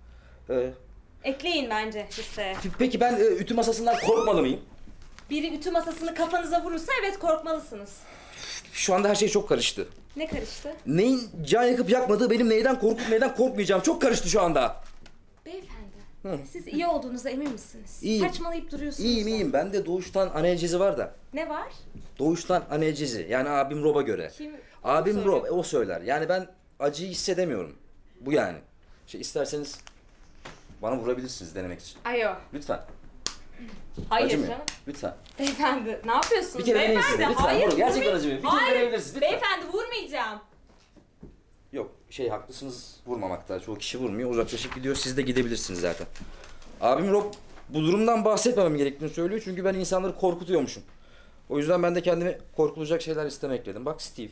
S3: Ee,
S2: Ekleyin bence listeye.
S3: peki ben e, ütü masasından korkmalı mıyım?
S2: Biri ütü masasını kafanıza vurursa evet korkmalısınız.
S3: Şu anda her şey çok karıştı.
S2: Ne karıştı?
S3: Neyin can yakıp yakmadığı benim neyden korkup neyden korkmayacağım çok karıştı şu anda.
S2: Beyefendi, siz iyi olduğunuza emin misiniz?
S3: İyiyim.
S2: Saçmalayıp duruyorsunuz.
S3: İyiyim
S2: da.
S3: iyiyim. Bende doğuştan analjezi var da.
S2: Ne var?
S3: Doğuştan analjezi. Yani abim Rob'a göre.
S2: Kim?
S3: Abim
S2: Onu
S3: Rob,
S2: söyle.
S3: o söyler. Yani ben acıyı hissedemiyorum. Bu yani. Şey isterseniz bana vurabilirsiniz denemek için.
S2: Ayo.
S3: Lütfen.
S2: Hayır
S3: Acımıyor.
S2: canım.
S3: Lütfen.
S2: Beyefendi ne yapıyorsunuz?
S3: Bir kere deneyin
S2: beyefendi,
S3: siz de, lütfen.
S2: hayır,
S3: Vurun, gerçekten
S2: vurmayın.
S3: acımıyor. Bir kere
S2: Hayır,
S3: deneyebilirsiniz, lütfen.
S2: beyefendi vurmayacağım.
S3: Yok şey haklısınız vurmamakta. Çoğu kişi vurmuyor. Uzaklaşıp gidiyor. Siz de gidebilirsiniz zaten. Abim Rob bu durumdan bahsetmemem gerektiğini söylüyor. Çünkü ben insanları korkutuyormuşum. O yüzden ben de kendime korkulacak şeyler istemekledim. Bak Steve.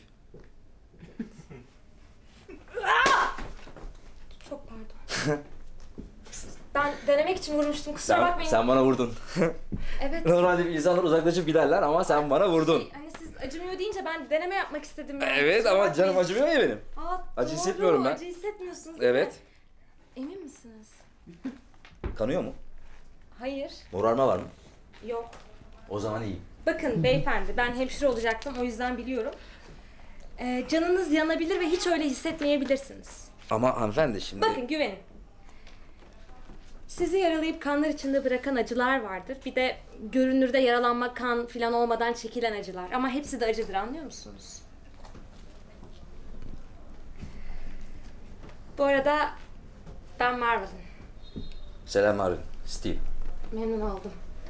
S2: Çok pardon. Ben denemek için vurmuştum kusura
S3: Sen,
S2: bakmayın.
S3: sen bana vurdun.
S2: Evet.
S3: Normalde insanlar uzaklaşıp giderler ama sen bana vurdun.
S2: Şey, hani siz acımıyor deyince ben deneme yapmak istedim. Yani.
S3: Evet
S2: Kusura
S3: ama
S2: bakmayın.
S3: canım acımıyor ya benim.
S2: Aa,
S3: Acı
S2: doğru,
S3: hissetmiyorum ben.
S2: Acı hissetmiyorsunuz değil
S3: Evet.
S2: mi? Emin misiniz?
S3: Kanıyor mu?
S2: Hayır.
S3: Morarma var mı?
S2: Yok.
S3: O zaman iyi.
S2: Bakın beyefendi, ben hemşire olacaktım, o yüzden biliyorum. Ee, canınız yanabilir ve hiç öyle hissetmeyebilirsiniz.
S3: Ama hanımefendi şimdi...
S2: Bakın güvenin. Sizi yaralayıp kanlar içinde bırakan acılar vardır. Bir de görünürde yaralanma, kan filan olmadan çekilen acılar. Ama hepsi de acıdır, anlıyor musunuz? Bu arada ben Marvel'ın.
S3: Selam Marvin. Steve.
S2: Memnun oldum.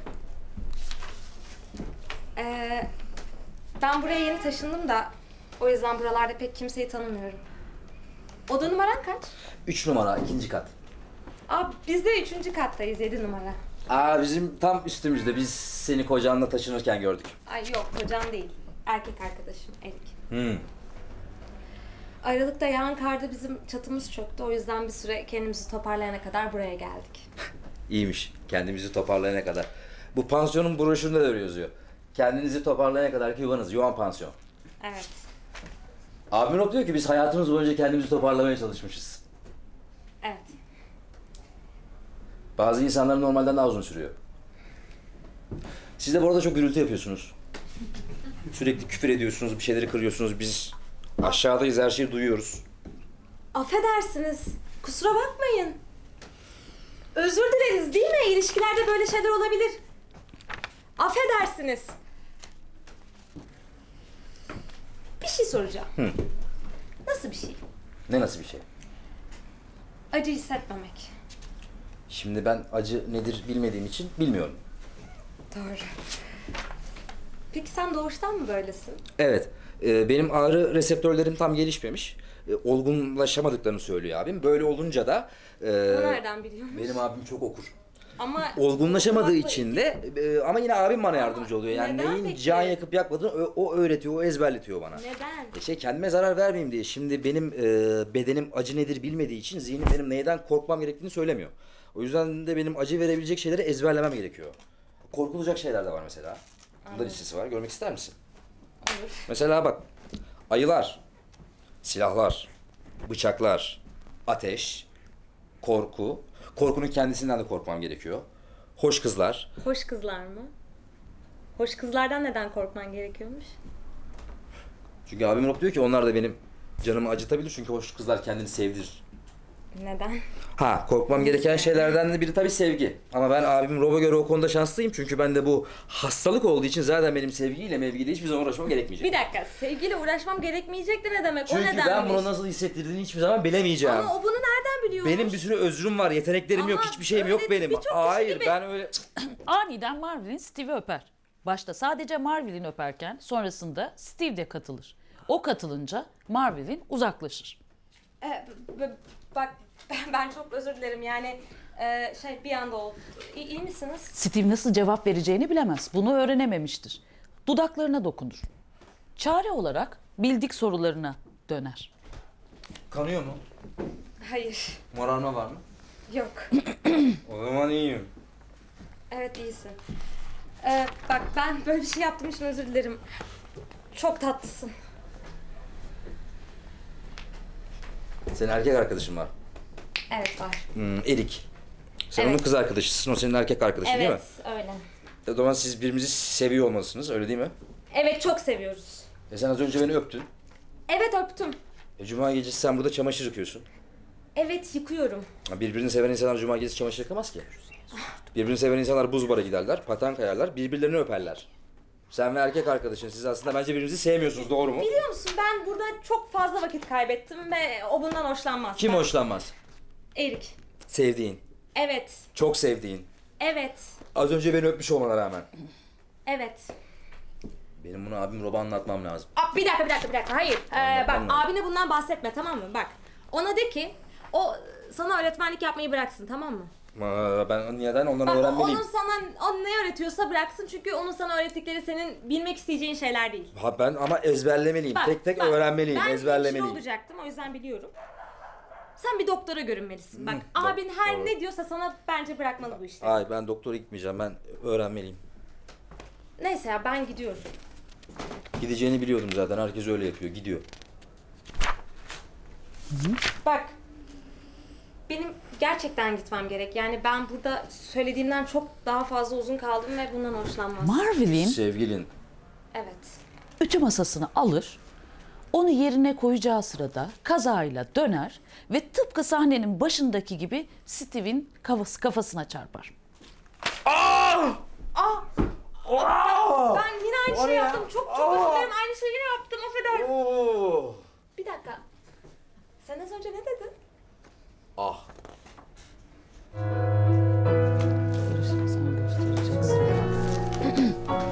S2: Ee, ben buraya yeni taşındım da o yüzden buralarda pek kimseyi tanımıyorum. Oda numaran kaç?
S3: Üç numara, ikinci kat.
S2: Aa, biz de üçüncü kattayız, yedi numara.
S3: Aa, bizim tam üstümüzde. Biz seni kocanla taşınırken gördük.
S2: Ay yok, hocam değil. Erkek arkadaşım Erik.
S3: Hmm.
S2: Aralıkta yağan karda bizim çatımız çöktü. O yüzden bir süre kendimizi toparlayana kadar buraya geldik.
S3: İyiymiş. Kendimizi toparlayana kadar. Bu pansiyonun broşüründe de öyle yazıyor. Kendinizi toparlayana kadar ki yuvanız. Yuvan pansiyon.
S2: Evet.
S3: Abim Rob diyor ki biz hayatımız boyunca kendimizi toparlamaya çalışmışız.
S2: Evet.
S3: Bazı insanların normalden daha uzun sürüyor. Siz de bu arada çok gürültü yapıyorsunuz. Sürekli küfür ediyorsunuz, bir şeyleri kırıyorsunuz. Biz aşağıdayız, her şeyi duyuyoruz.
S2: Affedersiniz. Kusura bakmayın. Özür dileriz değil mi? İlişkilerde böyle şeyler olabilir. Affedersiniz. Bir şey soracağım.
S3: Hı.
S2: Nasıl bir şey?
S3: Ne nasıl bir şey?
S2: Acı hissetmemek.
S3: Şimdi ben acı nedir bilmediğim için bilmiyorum.
S2: Doğru. Peki sen doğuştan mı böylesin?
S3: Evet, e, benim ağrı reseptörlerim tam gelişmemiş. E, olgunlaşamadıklarını söylüyor abim. Böyle olunca da... E,
S2: O nereden biliyormuş?
S3: benim abim çok okur.
S2: Ama
S3: Olgunlaşamadığı
S2: okumakla
S3: için de e, ama yine abim bana yardımcı oluyor. Yani
S2: neden
S3: neyin
S2: peki?
S3: can yakıp yakmadığını o, o öğretiyor, o ezberletiyor bana.
S2: Neden?
S3: E şey kendime zarar vermeyeyim diye. Şimdi benim e, bedenim acı nedir bilmediği için zihnim benim neyden korkmam gerektiğini söylemiyor. O yüzden de benim acı verebilecek şeyleri ezberlemem gerekiyor. Korkulacak şeyler de var mesela. Bunda listesi var. Görmek ister misin?
S2: Olur.
S3: Mesela bak. Ayılar, silahlar, bıçaklar, ateş, korku. Korkunun kendisinden de korkmam gerekiyor. Hoş kızlar.
S2: Hoş kızlar mı? Hoş kızlardan neden korkman gerekiyormuş?
S3: Çünkü abim Rob diyor ki onlar da benim canımı acıtabilir çünkü hoş kızlar kendini sevdirir.
S2: Neden?
S3: Ha, korkmam gereken şeylerden de biri tabii sevgi. Ama ben abim Rob'a göre o konuda şanslıyım çünkü bende bu hastalık olduğu için zaten benim sevgiyle mevgiyle hiçbir zaman uğraşmam gerekmeyecek.
S2: Bir dakika, sevgiyle uğraşmam gerekmeyecek de ne demek?
S3: Çünkü
S2: o nedenmiş?
S3: ben bunu nasıl hissettirdiğini hiçbir zaman bilemeyeceğim.
S2: Ama o bunu nereden biliyormuş?
S3: Benim bir sürü özrüm var, yeteneklerim
S2: Ama
S3: yok, hiçbir şeyim yok
S2: öyle
S3: benim.
S2: birçok kişi
S3: Hayır,
S2: gibi-
S3: ben öyle...
S4: Aniden Marvel'in Steve'i öper. Başta sadece Marvel'in öperken sonrasında Steve de katılır. O katılınca Marvel'in uzaklaşır.
S2: Ee, b- b- bak ben, ben çok özür dilerim yani e, şey bir anda oldu. İyi, iyi misiniz?
S4: Steve nasıl cevap vereceğini bilemez. Bunu öğrenememiştir. Dudaklarına dokunur. Çare olarak bildik sorularına döner.
S3: Kanıyor mu?
S2: Hayır.
S3: Morarma var mı?
S2: Yok.
S3: O zaman iyiyim.
S2: Evet iyisin. Ee, bak ben böyle bir şey yaptığım için özür dilerim. Çok tatlısın.
S3: Senin erkek arkadaşın var.
S2: Evet var.
S3: Hmm, Erik. Sen
S2: Evet.
S3: onun kız arkadaşısın, o senin erkek arkadaşın değil mi?
S2: Evet öyle.
S3: O zaman siz birbirinizi seviyor olmalısınız, öyle değil mi?
S2: Evet çok seviyoruz.
S3: E sen az önce beni öptün.
S2: Evet öptüm.
S3: E cuma gecesi sen burada çamaşır yıkıyorsun.
S2: Evet yıkıyorum.
S3: Ha, birbirini seven insanlar cuma gecesi çamaşır yıkamaz ki. Birbirini seven insanlar buz bara giderler, paten kayarlar, birbirlerini öperler. Sen ve erkek arkadaşın siz aslında bence birbirinizi sevmiyorsunuz, doğru mu?
S2: Biliyor musun ben burada çok fazla vakit kaybettim ve o bundan hoşlanmaz.
S3: Kim
S2: Ben-
S3: hoşlanmaz?
S2: Erik.
S3: Sevdiğin,
S2: Evet.
S3: çok sevdiğin.
S2: Evet.
S3: Az önce beni öpmüş olmana rağmen.
S2: Evet.
S3: Benim bunu abim Rob'a anlatmam lazım.
S2: Aa, bir dakika bir dakika bir dakika. Hayır. Ee,
S3: Anlatmam
S2: bak
S3: lazım.
S2: abine bundan bahsetme tamam mı? Bak. Ona de ki o sana öğretmenlik yapmayı bıraksın tamam mı?
S3: Aa, ben neden ondan
S2: Bak o-
S3: öğrenmeliyim?
S2: onun sana o ne öğretiyorsa bıraksın çünkü onun sana öğrettikleri senin bilmek isteyeceğin şeyler değil.
S3: Ha ben ama ezberlemeliyim.
S2: Bak,
S3: tek tek
S2: bak,
S3: öğrenmeliyim,
S2: ben
S3: ezberlemeliyim.
S2: hemşire olacaktım o yüzden biliyorum. Sen bir doktora görünmelisin. Bak
S3: Hı,
S2: abin her
S3: doğru.
S2: ne diyorsa sana bence bırakmalı bu işleri.
S3: Ay ben doktora gitmeyeceğim, ben öğrenmeliyim.
S2: Neyse ya ben gidiyorum.
S3: Gideceğini biliyordum zaten, herkes öyle yapıyor, gidiyor.
S2: Bak. benim gerçekten gitmem gerek. Yani ben burada söylediğimden çok daha fazla uzun kaldım ve bundan hoşlanmaz.
S4: Marvel'in
S3: Sevgilin.
S2: Evet.
S4: ütü masasını alır, onu yerine koyacağı sırada kazayla döner ve tıpkı sahnenin başındaki gibi Steve'in kafası, kafasına çarpar.
S2: Ben yine aynı şeyi yaptım. Çok çok özür dilerim. Aynı şeyi yine yaptım. Affedersin.
S5: Oo.
S2: Bir dakika. Sen az önce ne dedin?
S3: Ah.
S4: Sen göstereceksin.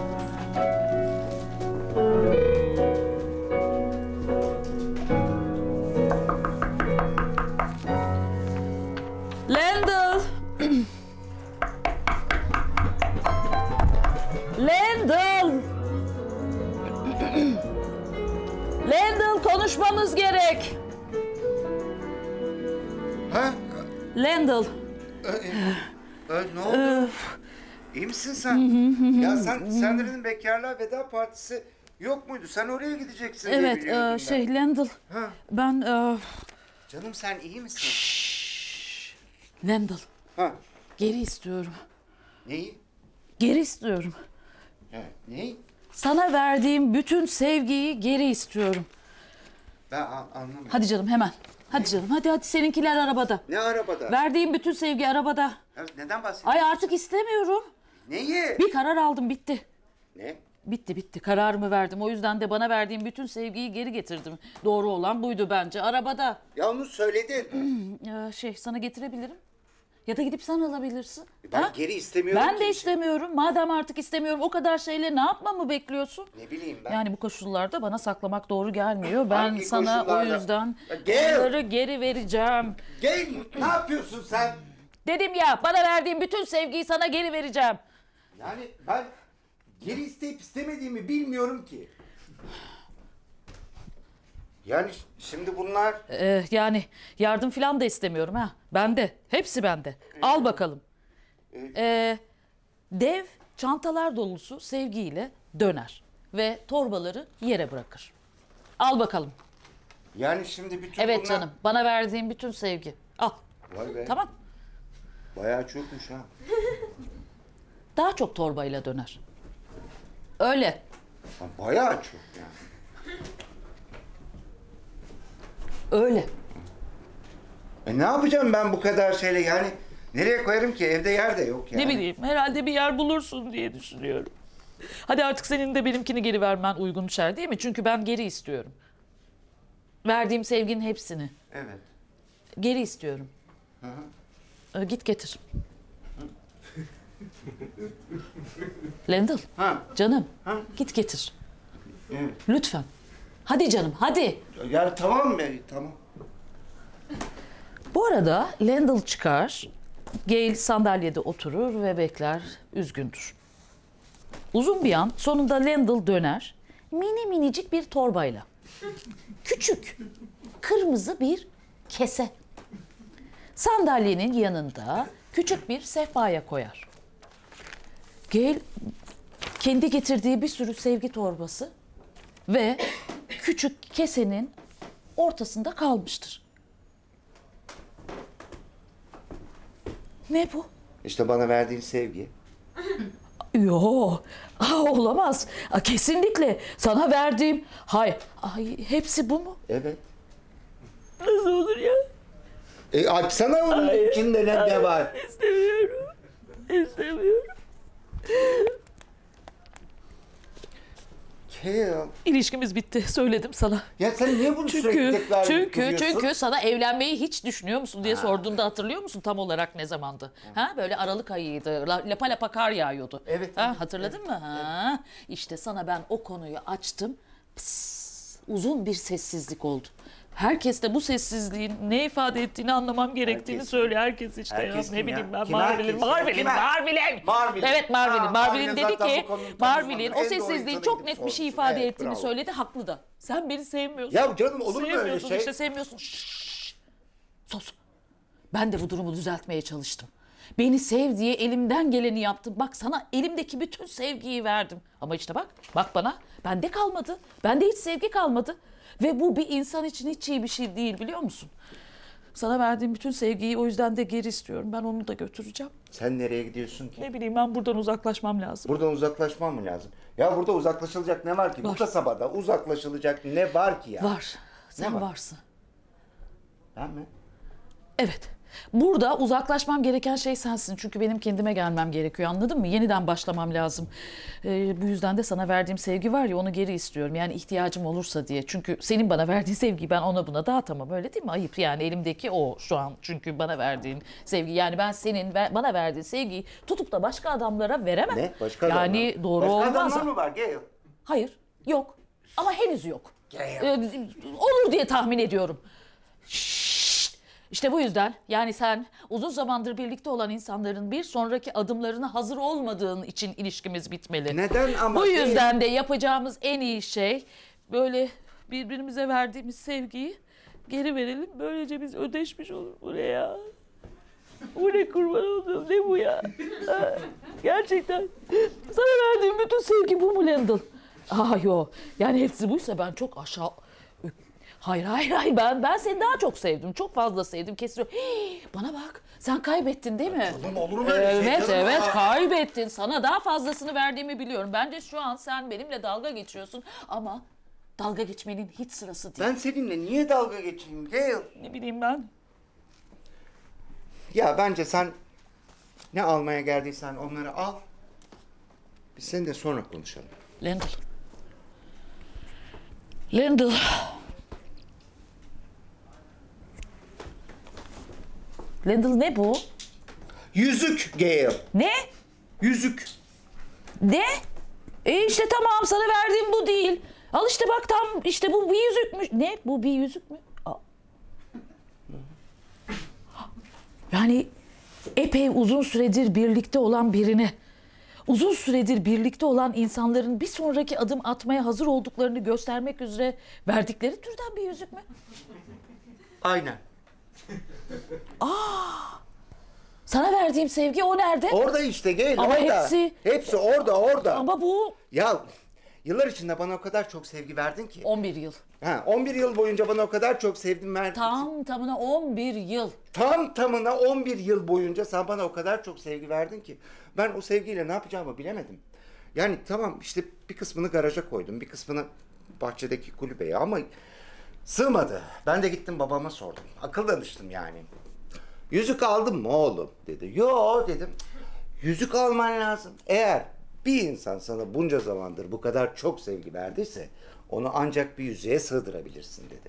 S4: Landel! Landel! Landel, konuşmamız gerek.
S5: Ha?
S4: Landel.
S5: Ee, ne oldu? İyi misin sen? Ya sen Sandra'nın bekarlığa veda partisi yok muydu? Sen oraya gideceksin diye
S4: Evet,
S5: biliyordum
S4: e,
S5: ben.
S4: şey Landel.
S5: Ha.
S4: Ben e,
S5: Canım sen iyi misin?
S4: Landel,
S5: Ha.
S4: geri istiyorum.
S5: Neyi?
S4: Geri istiyorum.
S5: Ha, neyi?
S4: Sana verdiğim bütün sevgiyi geri istiyorum.
S5: Ben a- anlamadım.
S4: Hadi canım hemen. Hadi canım, hadi hadi, seninkiler arabada.
S5: Ne arabada?
S4: Verdiğim bütün sevgi arabada.
S5: Ya neden bahsediyorsun?
S4: Ay artık istemiyorum.
S5: Neyi?
S4: Bir karar aldım, bitti.
S5: Ne?
S4: Bitti bitti, kararımı verdim. O yüzden de bana verdiğim bütün sevgiyi geri getirdim. Doğru olan buydu bence, arabada.
S5: Ya onu söyledin.
S4: Ya şey, sana getirebilirim. Ya da gidip sen alabilirsin.
S5: Ben
S4: Ha?
S5: geri istemiyorum
S4: Ben
S5: ki
S4: de
S5: bir şey.
S4: istemiyorum. Madem artık istemiyorum, o kadar şeyle ne yapmamı bekliyorsun?
S5: Ne bileyim ben.
S4: Yani bu koşullarda bana saklamak doğru gelmiyor. Ben
S5: Hangi
S4: sana o
S5: koşullarda?
S4: yüzden
S5: Ya gel!
S4: onları geri vereceğim.
S5: Gel, ne yapıyorsun sen?
S4: Dedim ya, bana verdiğin bütün sevgiyi sana geri vereceğim.
S5: Yani ben geri isteyip istemediğimi bilmiyorum ki. Yani ş- şimdi bunlar...
S4: Ee, yani yardım falan da istemiyorum ha. Bende. Hepsi bende. Al bakalım. Ee, dev çantalar dolusu sevgiyle döner ve torbaları yere bırakır. Al bakalım.
S5: Yani şimdi bütün
S4: Evet
S5: bunlar...
S4: canım, bana verdiğin bütün sevgi. Al.
S5: Vay be.
S4: Tamam.
S5: Bayağı çokmuş ha.
S4: Daha çok torbayla döner. Öyle.
S5: Ha, bayağı çok yani.
S4: Öyle.
S5: E ne yapacağım ben bu kadar şeyle yani? Nereye koyarım ki? Evde yer de yok yani.
S4: Ne bileyim, herhalde bir yer bulursun diye düşünüyorum. Hadi artık senin de benimkini geri vermen uygun düşer değil mi? Çünkü ben geri istiyorum. Verdiğim sevginin hepsini.
S5: Evet.
S4: Geri istiyorum.
S5: Hı hı.
S4: Ee, git getir. Landel,
S5: Ha.
S4: canım,
S5: Ha.
S4: git getir.
S5: Evet.
S4: Lütfen. Hadi canım, hadi.
S5: Yani tamam be, tamam.
S4: Bu arada Landel çıkar, Gail sandalyede oturur ve bekler, üzgündür. Uzun bir an, sonunda Landel döner, mini minicik bir torbayla. Küçük, kırmızı bir kese. Sandalyenin yanında küçük bir sehpaya koyar. Gail kendi getirdiği bir sürü sevgi torbası ve küçük kesenin ortasında kalmıştır. Ne bu?
S5: İşte bana verdiğin sevgi.
S4: Yo, aa, olamaz. Aa, kesinlikle sana verdiğim. Hayır, ay, hepsi bu mu?
S5: Evet.
S4: Nasıl olur ya?
S5: E açsana onun içinde ne, ne var?
S4: İstemiyorum. İstemiyorum.
S5: Gail.
S4: İlişkimiz bitti. Söyledim sana.
S5: Ya sen niye bunu sürekli
S4: Çünkü
S5: tekrar
S4: çünkü
S5: duruyorsun?
S4: çünkü sana evlenmeyi hiç düşünüyor musun diye sorduğunda hatırlıyor musun tam olarak ne zamandı? Ha böyle Aralık ayıydı. La- Lapa lapa kar yağıyordu.
S5: Evet,
S4: Ha
S5: evet,
S4: hatırladın mı? Ha işte sana ben o konuyu açtım. Pıs, uzun bir sessizlik oldu. Herkes de bu sessizliğin ne ifade ettiğini anlamam gerektiğini
S5: Herkes.
S4: söylüyor. Herkes işte
S5: Herkes
S4: ya.
S5: kim
S4: Ne
S5: ya?
S4: bileyim ben.
S5: Kim
S4: Marvel'in,
S5: herkes ya?
S4: Marvel'in,
S5: Kim?
S4: Marvel'in.
S5: Marvel'in.
S4: Evet Marvel'in.
S5: Ha,
S4: Marvel'in
S5: Marvel'in
S4: dedi
S5: zaten
S4: ki
S5: bu konunun
S4: Marvel'in
S5: tam
S4: o
S5: uzmanı. En doğru
S4: sessizliği
S5: insanı
S4: çok
S5: gidip
S4: net bir şey
S5: sormuşsun.
S4: ifade
S5: Evet,
S4: ettiğini
S5: bravo.
S4: söyledi. Haklı da. Sen beni sevmiyorsun.
S5: Ya canım olur mu öyle
S4: Sevmiyorsun
S5: şey?
S4: işte sevmiyorsun. Şşş. Sus. Ben de bu durumu düzeltmeye çalıştım. Beni sev diye elimden geleni yaptım. Bak sana elimdeki bütün sevgiyi verdim. Ama işte bak, bak bana. Bende kalmadı. Bende hiç sevgi kalmadı. Ve bu bir insan için hiç iyi bir şey değil biliyor musun? Sana verdiğim bütün sevgiyi o yüzden de geri istiyorum. Ben onu da götüreceğim.
S5: Sen nereye gidiyorsun ki?
S4: Ne bileyim, ben buradan uzaklaşmam lazım.
S5: Buradan uzaklaşmam mı lazım? Ya burada uzaklaşılacak ne var ki?
S4: Var.
S5: Bu kasabada uzaklaşılacak ne var ki ya?
S4: Var. Sen
S5: var?
S4: varsın.
S5: Ben mi?
S4: Evet. Burada uzaklaşmam gereken şey sensin. Çünkü benim kendime gelmem gerekiyor, anladın mı? Yeniden başlamam lazım. Ee, bu yüzden de sana verdiğim sevgi var ya, onu geri istiyorum. Yani ihtiyacım olursa diye. Çünkü senin bana verdiğin sevgiyi ben ona buna dağıtamam, öyle değil mi? Ayıp yani, elimdeki o şu an. Çünkü bana verdiğin sevgi, yani ben senin ver, bana verdiğin sevgiyi tutup da başka adamlara veremem.
S5: Ne? Başka
S4: Yani
S5: adamlar?
S4: doğru
S5: Başka
S4: olmaz.
S5: adamlar mı var Gail?
S4: Hayır, yok. Ama henüz yok.
S5: Gail.
S4: Ee, olur diye tahmin ediyorum. Şşşt! İşte bu yüzden, yani sen uzun zamandır birlikte olan insanların bir sonraki adımlarına hazır olmadığın için ilişkimiz bitmeli.
S5: Neden ama?
S4: Bu
S5: Gail?
S4: yüzden de yapacağımız en iyi şey böyle birbirimize verdiğimiz sevgiyi geri verelim. Böylece biz ödeşmiş olur. Bu ne ya? Bu ne, kurban olduğum, ne bu ya? Ha, gerçekten sana verdiğim bütün sevgi bu mu Lendl? Aa yo, yani hepsi buysa ben çok aşağı... Hayır hayır hayır, ben ben seni daha çok sevdim. Çok fazla sevdim, kesiyorum. Hii, bana bak, sen kaybettin değil mi?
S5: Canım, olur mu öyle şey
S4: Evet
S5: canım?
S4: evet,
S5: Aa.
S4: kaybettin. Sana daha fazlasını verdiğimi biliyorum. Bence şu an sen benimle dalga geçiyorsun ama dalga geçmenin hiç sırası değil.
S5: Ben seninle niye dalga geçeyim Gail?
S4: Ne bileyim ben.
S5: Ya bence sen ne almaya geldiysen onları al. Biz seninle sonra konuşalım.
S4: Lendl. Lendl. Lendl, ne bu?
S5: Yüzük Gail.
S4: Ne?
S5: Yüzük.
S4: Ne? E işte tamam, sana verdiğim bu değil. Al işte bak, tam işte bu bir yüzükmüş. Ne? Bu bir yüzük mü? Aa. Yani epey uzun süredir birlikte olan birine, uzun süredir birlikte olan insanların bir sonraki adım atmaya hazır olduklarını göstermek üzere verdikleri türden bir yüzük mü?
S5: Aynen.
S4: Sana verdiğim sevgi o nerede?
S5: Orada işte Gail,
S4: Ama
S5: orada.
S4: hepsi-
S5: Hepsi orada, orada.
S4: Ama bu
S5: Ya yıllar içinde bana o kadar çok sevgi verdin ki.
S4: on bir yıl.
S5: Ha, on bir yıl boyunca bana o kadar çok sevdin verdin.
S4: Tam tamına on bir yıl.
S5: Tam tamına on bir yıl boyunca sen bana o kadar çok sevgi verdin ki ben o sevgiyle ne yapacağımı bilemedim. Yani tamam, işte bir kısmını garaja koydum, bir kısmını bahçedeki kulübeye, ama sığmadı. Ben de gittim babama sordum. Akıl danıştım yani. Yüzük aldın mı oğlum dedi. Yo dedim. Yüzük alman lazım. Eğer bir insan sana bunca zamandır bu kadar çok sevgi verdiyse onu ancak bir yüzüğe sığdırabilirsin dedi.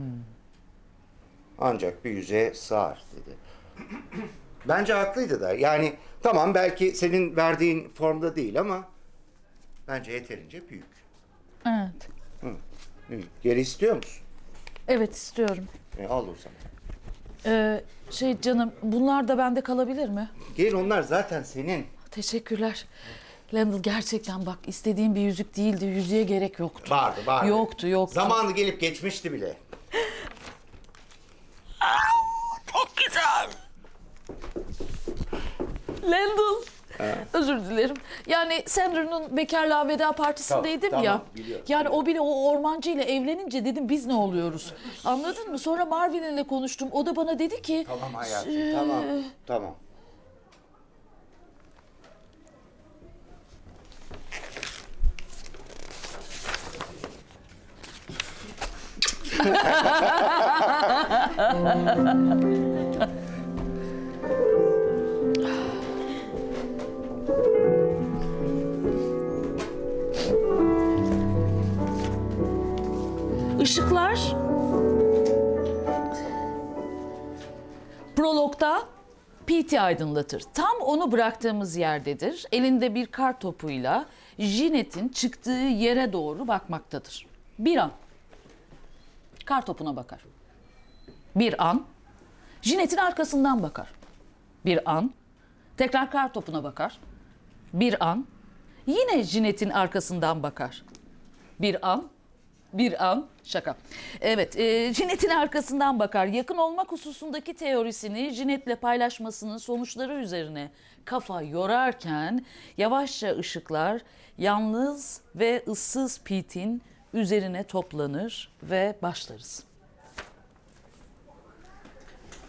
S5: Ancak bir yüzeye sığar dedi. Bence haklıydı da. Yani tamam, belki senin verdiğin formda değil ama bence yeterince büyük.
S4: Evet.
S5: Hı. Hı. Geri istiyor musun?
S4: Evet, istiyorum.
S5: E, al o zaman.
S4: Ee, şey canım, bunlar da bende kalabilir mi?
S5: Gel, onlar zaten senin.
S4: Teşekkürler. Lendl, gerçekten bak, istediğim bir yüzük değildi. Yüzüğe gerek yoktu.
S5: Vardı, vardı.
S4: Yoktu, yoktu.
S5: Zamanı gelip geçmişti bile.
S4: Çok güzel. Lendl. Özür dilerim. Yani Sandra'nın bekarlığa veda partisindeydim
S5: Tamam,
S4: ya.
S5: tamam, biliyorum,
S4: yani
S5: biliyorum.
S4: o bile o ormancı ile evlenince dedim biz ne oluyoruz? Anladın mı? Sonra Marvin'le konuştum. O da bana dedi ki...
S5: Tamam hayatım,
S4: "Ee,
S5: tamam, tamam.
S4: Işıklar prologda P T aydınlatır. Tam onu bıraktığımız yerdedir. Elinde bir kar topuyla Jeanette'in çıktığı yere doğru bakmaktadır. Bir an kar topuna bakar. Bir an Jeanette'in arkasından bakar. Bir an tekrar kar topuna bakar. Bir an yine Jeanette'in arkasından bakar. Bir an Bir an, şaka. Evet, e, Jeanette'in arkasından bakar. Yakın olmak hususundaki teorisini Jeanette'le paylaşmasının sonuçları üzerine kafa yorarken yavaşça ışıklar yalnız ve ıssız Pete'in üzerine toplanır ve başlarız.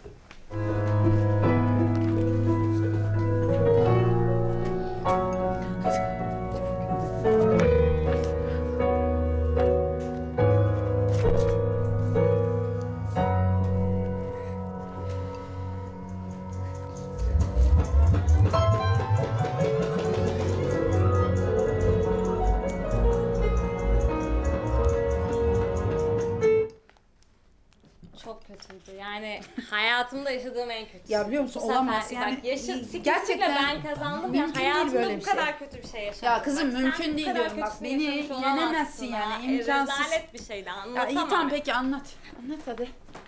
S2: Çok kötüydü. Yani hayatımda yaşadığım en kötüsü.
S6: Ya biliyor musun,
S2: Bu sefer-
S6: olamaz yani.
S2: Bak, yaşa,
S6: Gerçekten
S2: gerçekten ben kazandım.
S6: mümkün
S2: Ya
S6: değil
S2: hayatımda
S6: böyle
S2: bu
S6: bir şey.
S2: kadar kötü bir şey yaşamadım.
S6: Ya kızım,
S2: Bak, sen
S6: mümkün
S2: bu
S6: değil
S2: kadar
S6: diyorum. Bak,
S2: kötüsünü
S6: beni
S2: yaşamış
S6: yenemezsin
S2: olamazsın
S6: yani,
S2: ha.
S6: imkansız.
S2: E, rezalet bir şeydi,
S6: Ya
S2: anlatamam.
S6: iyi tamam, peki anlat. Anlat hadi.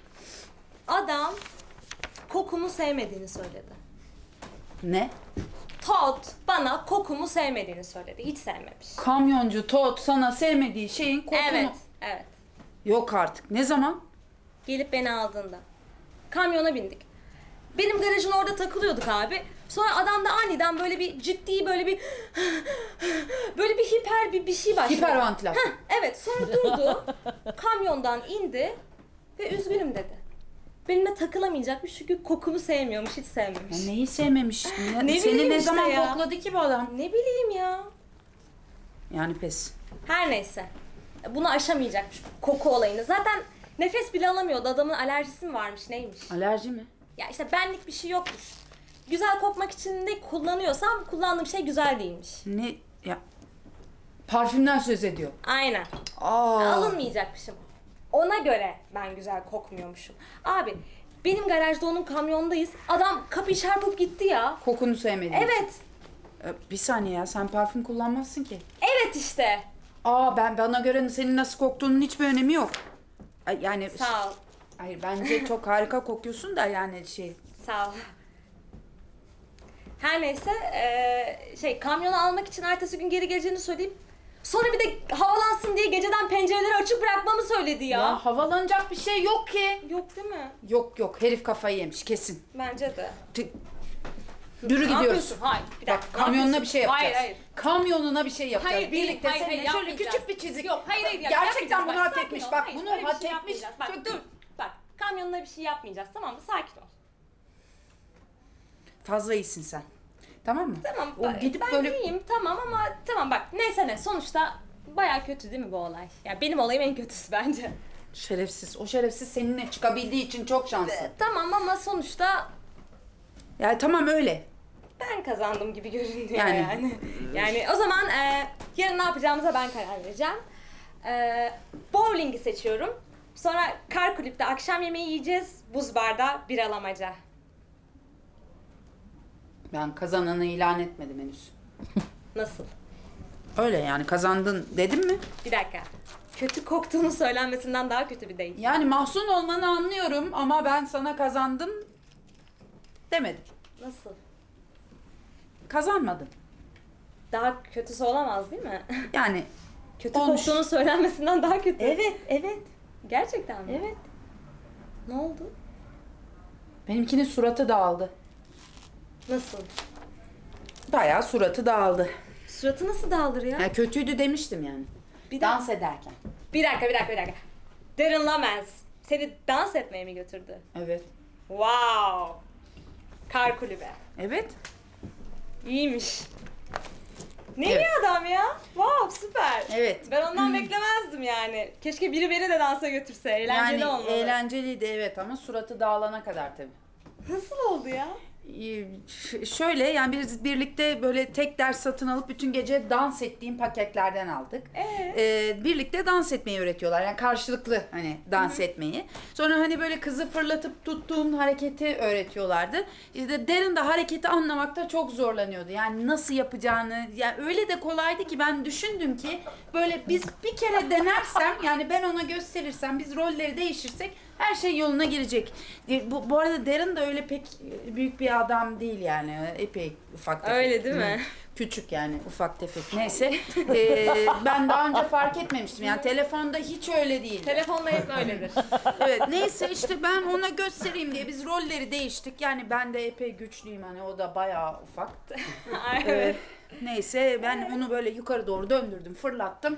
S2: Adam kokumu sevmediğini söyledi.
S6: Ne?
S2: Todd bana kokumu sevmediğini söyledi. Hiç sevmemiş.
S6: Kamyoncu Todd sana sevmediği şeyin kokunu...
S2: Evet, evet.
S6: Yok artık. Ne zaman?
S2: Gelip beni aldığında. Kamyona bindik. Benim garajın orada takılıyorduk abi. Sonra adam da aniden böyle bir ciddi böyle bir böyle bir hiper bir bir şey başladı.
S6: Hiperventilasyon.
S2: Heh, evet, sonra durdu. Kamyondan indi ve üzgünüm dedi. Benimle takılamayacakmış çünkü kokumu sevmiyormuş, hiç sevmemiş.
S6: Ya neyi sevmemiş? Ne,
S2: Ne
S6: seni
S2: bileyim
S6: ne
S2: işte
S6: zaman
S2: ya.
S6: kokladı ki bu adam?
S2: Ne bileyim ya.
S6: Yani pes.
S2: Her neyse. Bunu aşamayacakmış koku olayını. Zaten nefes bile alamıyordu. Adamın alerjisi mi varmış, neymiş?
S6: Alerji mi?
S2: Ya işte benlik bir şey yokmuş. Güzel kokmak için de kullanıyorsam kullandığım şey güzel değilmiş.
S6: Ne? Ya parfümden söz ediyor.
S2: Aynen.
S6: Aa.
S2: Alınmayacakmışım. Ona göre ben güzel kokmuyormuşum. Abi benim garajda onun kamyondayız. Adam kapıyı çarpıp gitti ya.
S6: Kokunu sevmediğin.
S2: Evet.
S6: Ee, Bir saniye ya, sen parfüm kullanmazsın ki.
S2: Evet işte.
S6: Aa, ben bana göre senin nasıl koktuğunun hiçbir önemi yok. Ay, Yani
S2: Sağ ol.
S6: hayır, bence çok harika kokuyorsun da yani şey.
S2: Sağ ol. Her neyse eee, şey kamyonu almak için ertesi gün geri geleceğini söyleyip sonra bir de havalansın diye geceden pencereleri açık bırakmamı söyledi ya.
S6: Ya havalanacak bir şey yok ki.
S2: Yok değil mi?
S6: Yok yok, herif kafayı yemiş kesin.
S2: Bence de.
S6: T-
S2: Ne
S6: Yürü gidiyoruz.
S2: yapıyorsun? Hayır, bir dakika.
S6: Bak,
S2: ne
S6: kamyonuna
S2: yapıyorsun?
S6: bir şey yapacağız.
S2: Hayır, hayır.
S6: Kamyonuna bir şey yapacağız.
S2: Hayır, değil,
S6: Birlikte
S2: hayır,
S6: seninle
S2: hayır,
S6: şöyle
S2: yapmayacağız.
S6: küçük bir çizik.
S2: Yok, hayır, hayır.
S6: Gerçekten bunu
S2: yapmayacağız.
S6: hak
S2: Bak,
S6: etmiş.
S2: sakin ol.
S6: Bak
S2: Hayır,
S6: bunu
S2: öyle bir
S6: hak
S2: şey
S6: etmiş.
S2: yapmayacağız. Bak
S6: Çok
S2: dur. Bak kamyonuna bir şey yapmayacağız, tamam mı? Sakin ol.
S6: Fazla iyisin sen. Tamam mı?
S2: Tamam,
S6: O
S2: ben,
S6: gidip
S2: ben
S6: böyle
S2: iyiyim tamam ama tamam bak neyse ne sonuçta baya kötü değil mi bu olay? Ya benim olayım en kötüsü bence.
S6: şerefsiz. O şerefsiz seninle çıkabildiği için çok şanslı.
S2: Tamam ama sonuçta
S6: Yani tamam öyle.
S2: ben kazandım gibi görünüyor
S6: Yani.
S2: yani. Yani, o zaman e, yarın ne yapacağımıza ben karar vereceğim. E, bowling'i seçiyorum. Sonra kar kulüpte akşam yemeği yiyeceğiz. Buz barda bir alamaca.
S6: Ben kazananı ilan etmedim henüz.
S2: Nasıl?
S6: Öyle yani, kazandın dedim mi?
S2: Bir dakika. Kötü koktuğunu söylenmesinden daha kötü bir değil.
S6: Yani mahzun olmanı anlıyorum ama ben sana kazandım demedim.
S2: Nasıl?
S6: Kazanmadın.
S2: Daha kötüsü olamaz değil mi?
S6: Yani
S2: Kötü
S6: olmuş.
S2: koktuğunu söylenmesinden daha kötü.
S6: Evet, evet.
S2: Gerçekten mi?
S6: Evet.
S2: Ne oldu?
S6: Benimkinin suratı dağıldı.
S2: Nasıl?
S6: Bayağı suratı dağıldı.
S2: Suratı nasıl dağılır ya?
S6: Yani kötüydü demiştim yani.
S2: Bir
S6: Dans ederken.
S2: Bir dakika, bir dakika, bir dakika. Darren Lamez seni dans etmeye mi götürdü?
S6: Evet.
S2: Wow! Kar kulübe.
S6: Evet.
S2: İyiymiş. Ne
S6: Evet.
S2: iyi adam ya? Wow, süper.
S6: Evet.
S2: Ben ondan beklemezdim yani. Keşke biri beni de dansa götürse. Eğlenceli
S6: Yani
S2: olmalı.
S6: eğlenceliydi evet ama suratı dağılana kadar tabii.
S2: Nasıl oldu ya?
S6: Ee, ş- Şöyle yani biz birlikte böyle tek ders satın alıp bütün gece dans ettiğim paketlerden aldık.
S2: Ee?
S6: Ee, birlikte dans etmeyi öğretiyorlar. Yani karşılıklı hani dans etmeyi. Sonra hani böyle kızı fırlatıp tuttuğun hareketi öğretiyorlardı. İşte Darren de hareketi anlamakta çok zorlanıyordu. Yani nasıl yapacağını, yani öyle de kolaydı ki ben düşündüm ki böyle biz bir kere denersem, yani ben ona gösterirsem, biz rolleri değişirsek her şey yoluna girecek. E, Bu, bu arada Darren da öyle pek büyük bir adam değil yani. Epey ufak tefek.
S2: Öyle değil mi?
S6: Hı. Küçük yani, ufak tefek. Neyse. Ee, ben daha önce fark etmemiştim. Yani telefonda hiç öyle değil.
S2: Telefonla hep öyledir.
S6: Evet, neyse işte ben ona göstereyim diye biz rolleri değiştik. Yani ben de epey güçlüyüm, hani o da bayağı ufak.
S2: Ay,
S6: Ee,
S2: evet.
S6: neyse ben onu böyle yukarı doğru döndürdüm, fırlattım.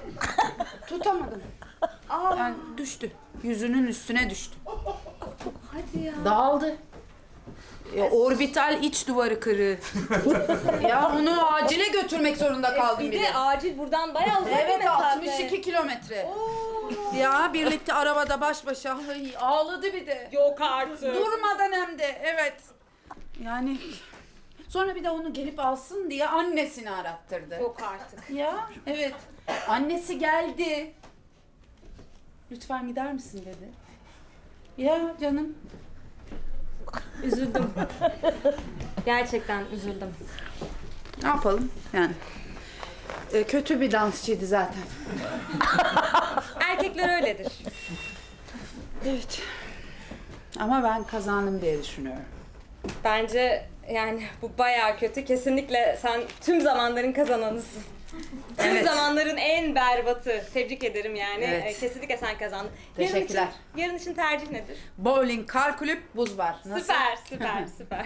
S6: Tutamadım. Yani düştü. Yüzünün üstüne düştü.
S2: Hadi ya.
S6: Dağıldı. E, orbital iç duvarı kırığı. Ya onu acile götürmek zorunda kaldım
S2: Bir
S6: bir
S2: de
S6: de.
S2: acil buradan bayağı uzak bir
S6: Evet
S2: mesafe.
S6: altmış iki kilometre. Ya birlikte arabada baş başa Ay, ağladı bir de.
S2: Yok artık.
S6: Durmadan hem de evet. Yani sonra bir de onu gelip alsın diye annesini arattırdı.
S2: Yok artık.
S6: Ya evet. Annesi geldi. Lütfen gider misin dedi. Ya canım.
S2: Üzüldüm. Gerçekten üzüldüm.
S6: Ne yapalım yani. E, kötü bir dansçıydı zaten.
S2: Erkekler öyledir.
S6: Evet. Ama ben kazandım diye düşünüyorum.
S2: Bence yani bu bayağı kötü. Kesinlikle sen tüm zamanların kazananısın. Tüm
S6: Evet.
S2: zamanların en berbatı. Tebrik ederim yani.
S6: Evet.
S2: Ee, Kesinlikle sen kazandın.
S6: Teşekkürler.
S2: Yarın için, yarın için tercih nedir?
S6: Bowling, kar kulüp, buz bar. Nasıl?
S2: Süper, süper, süper.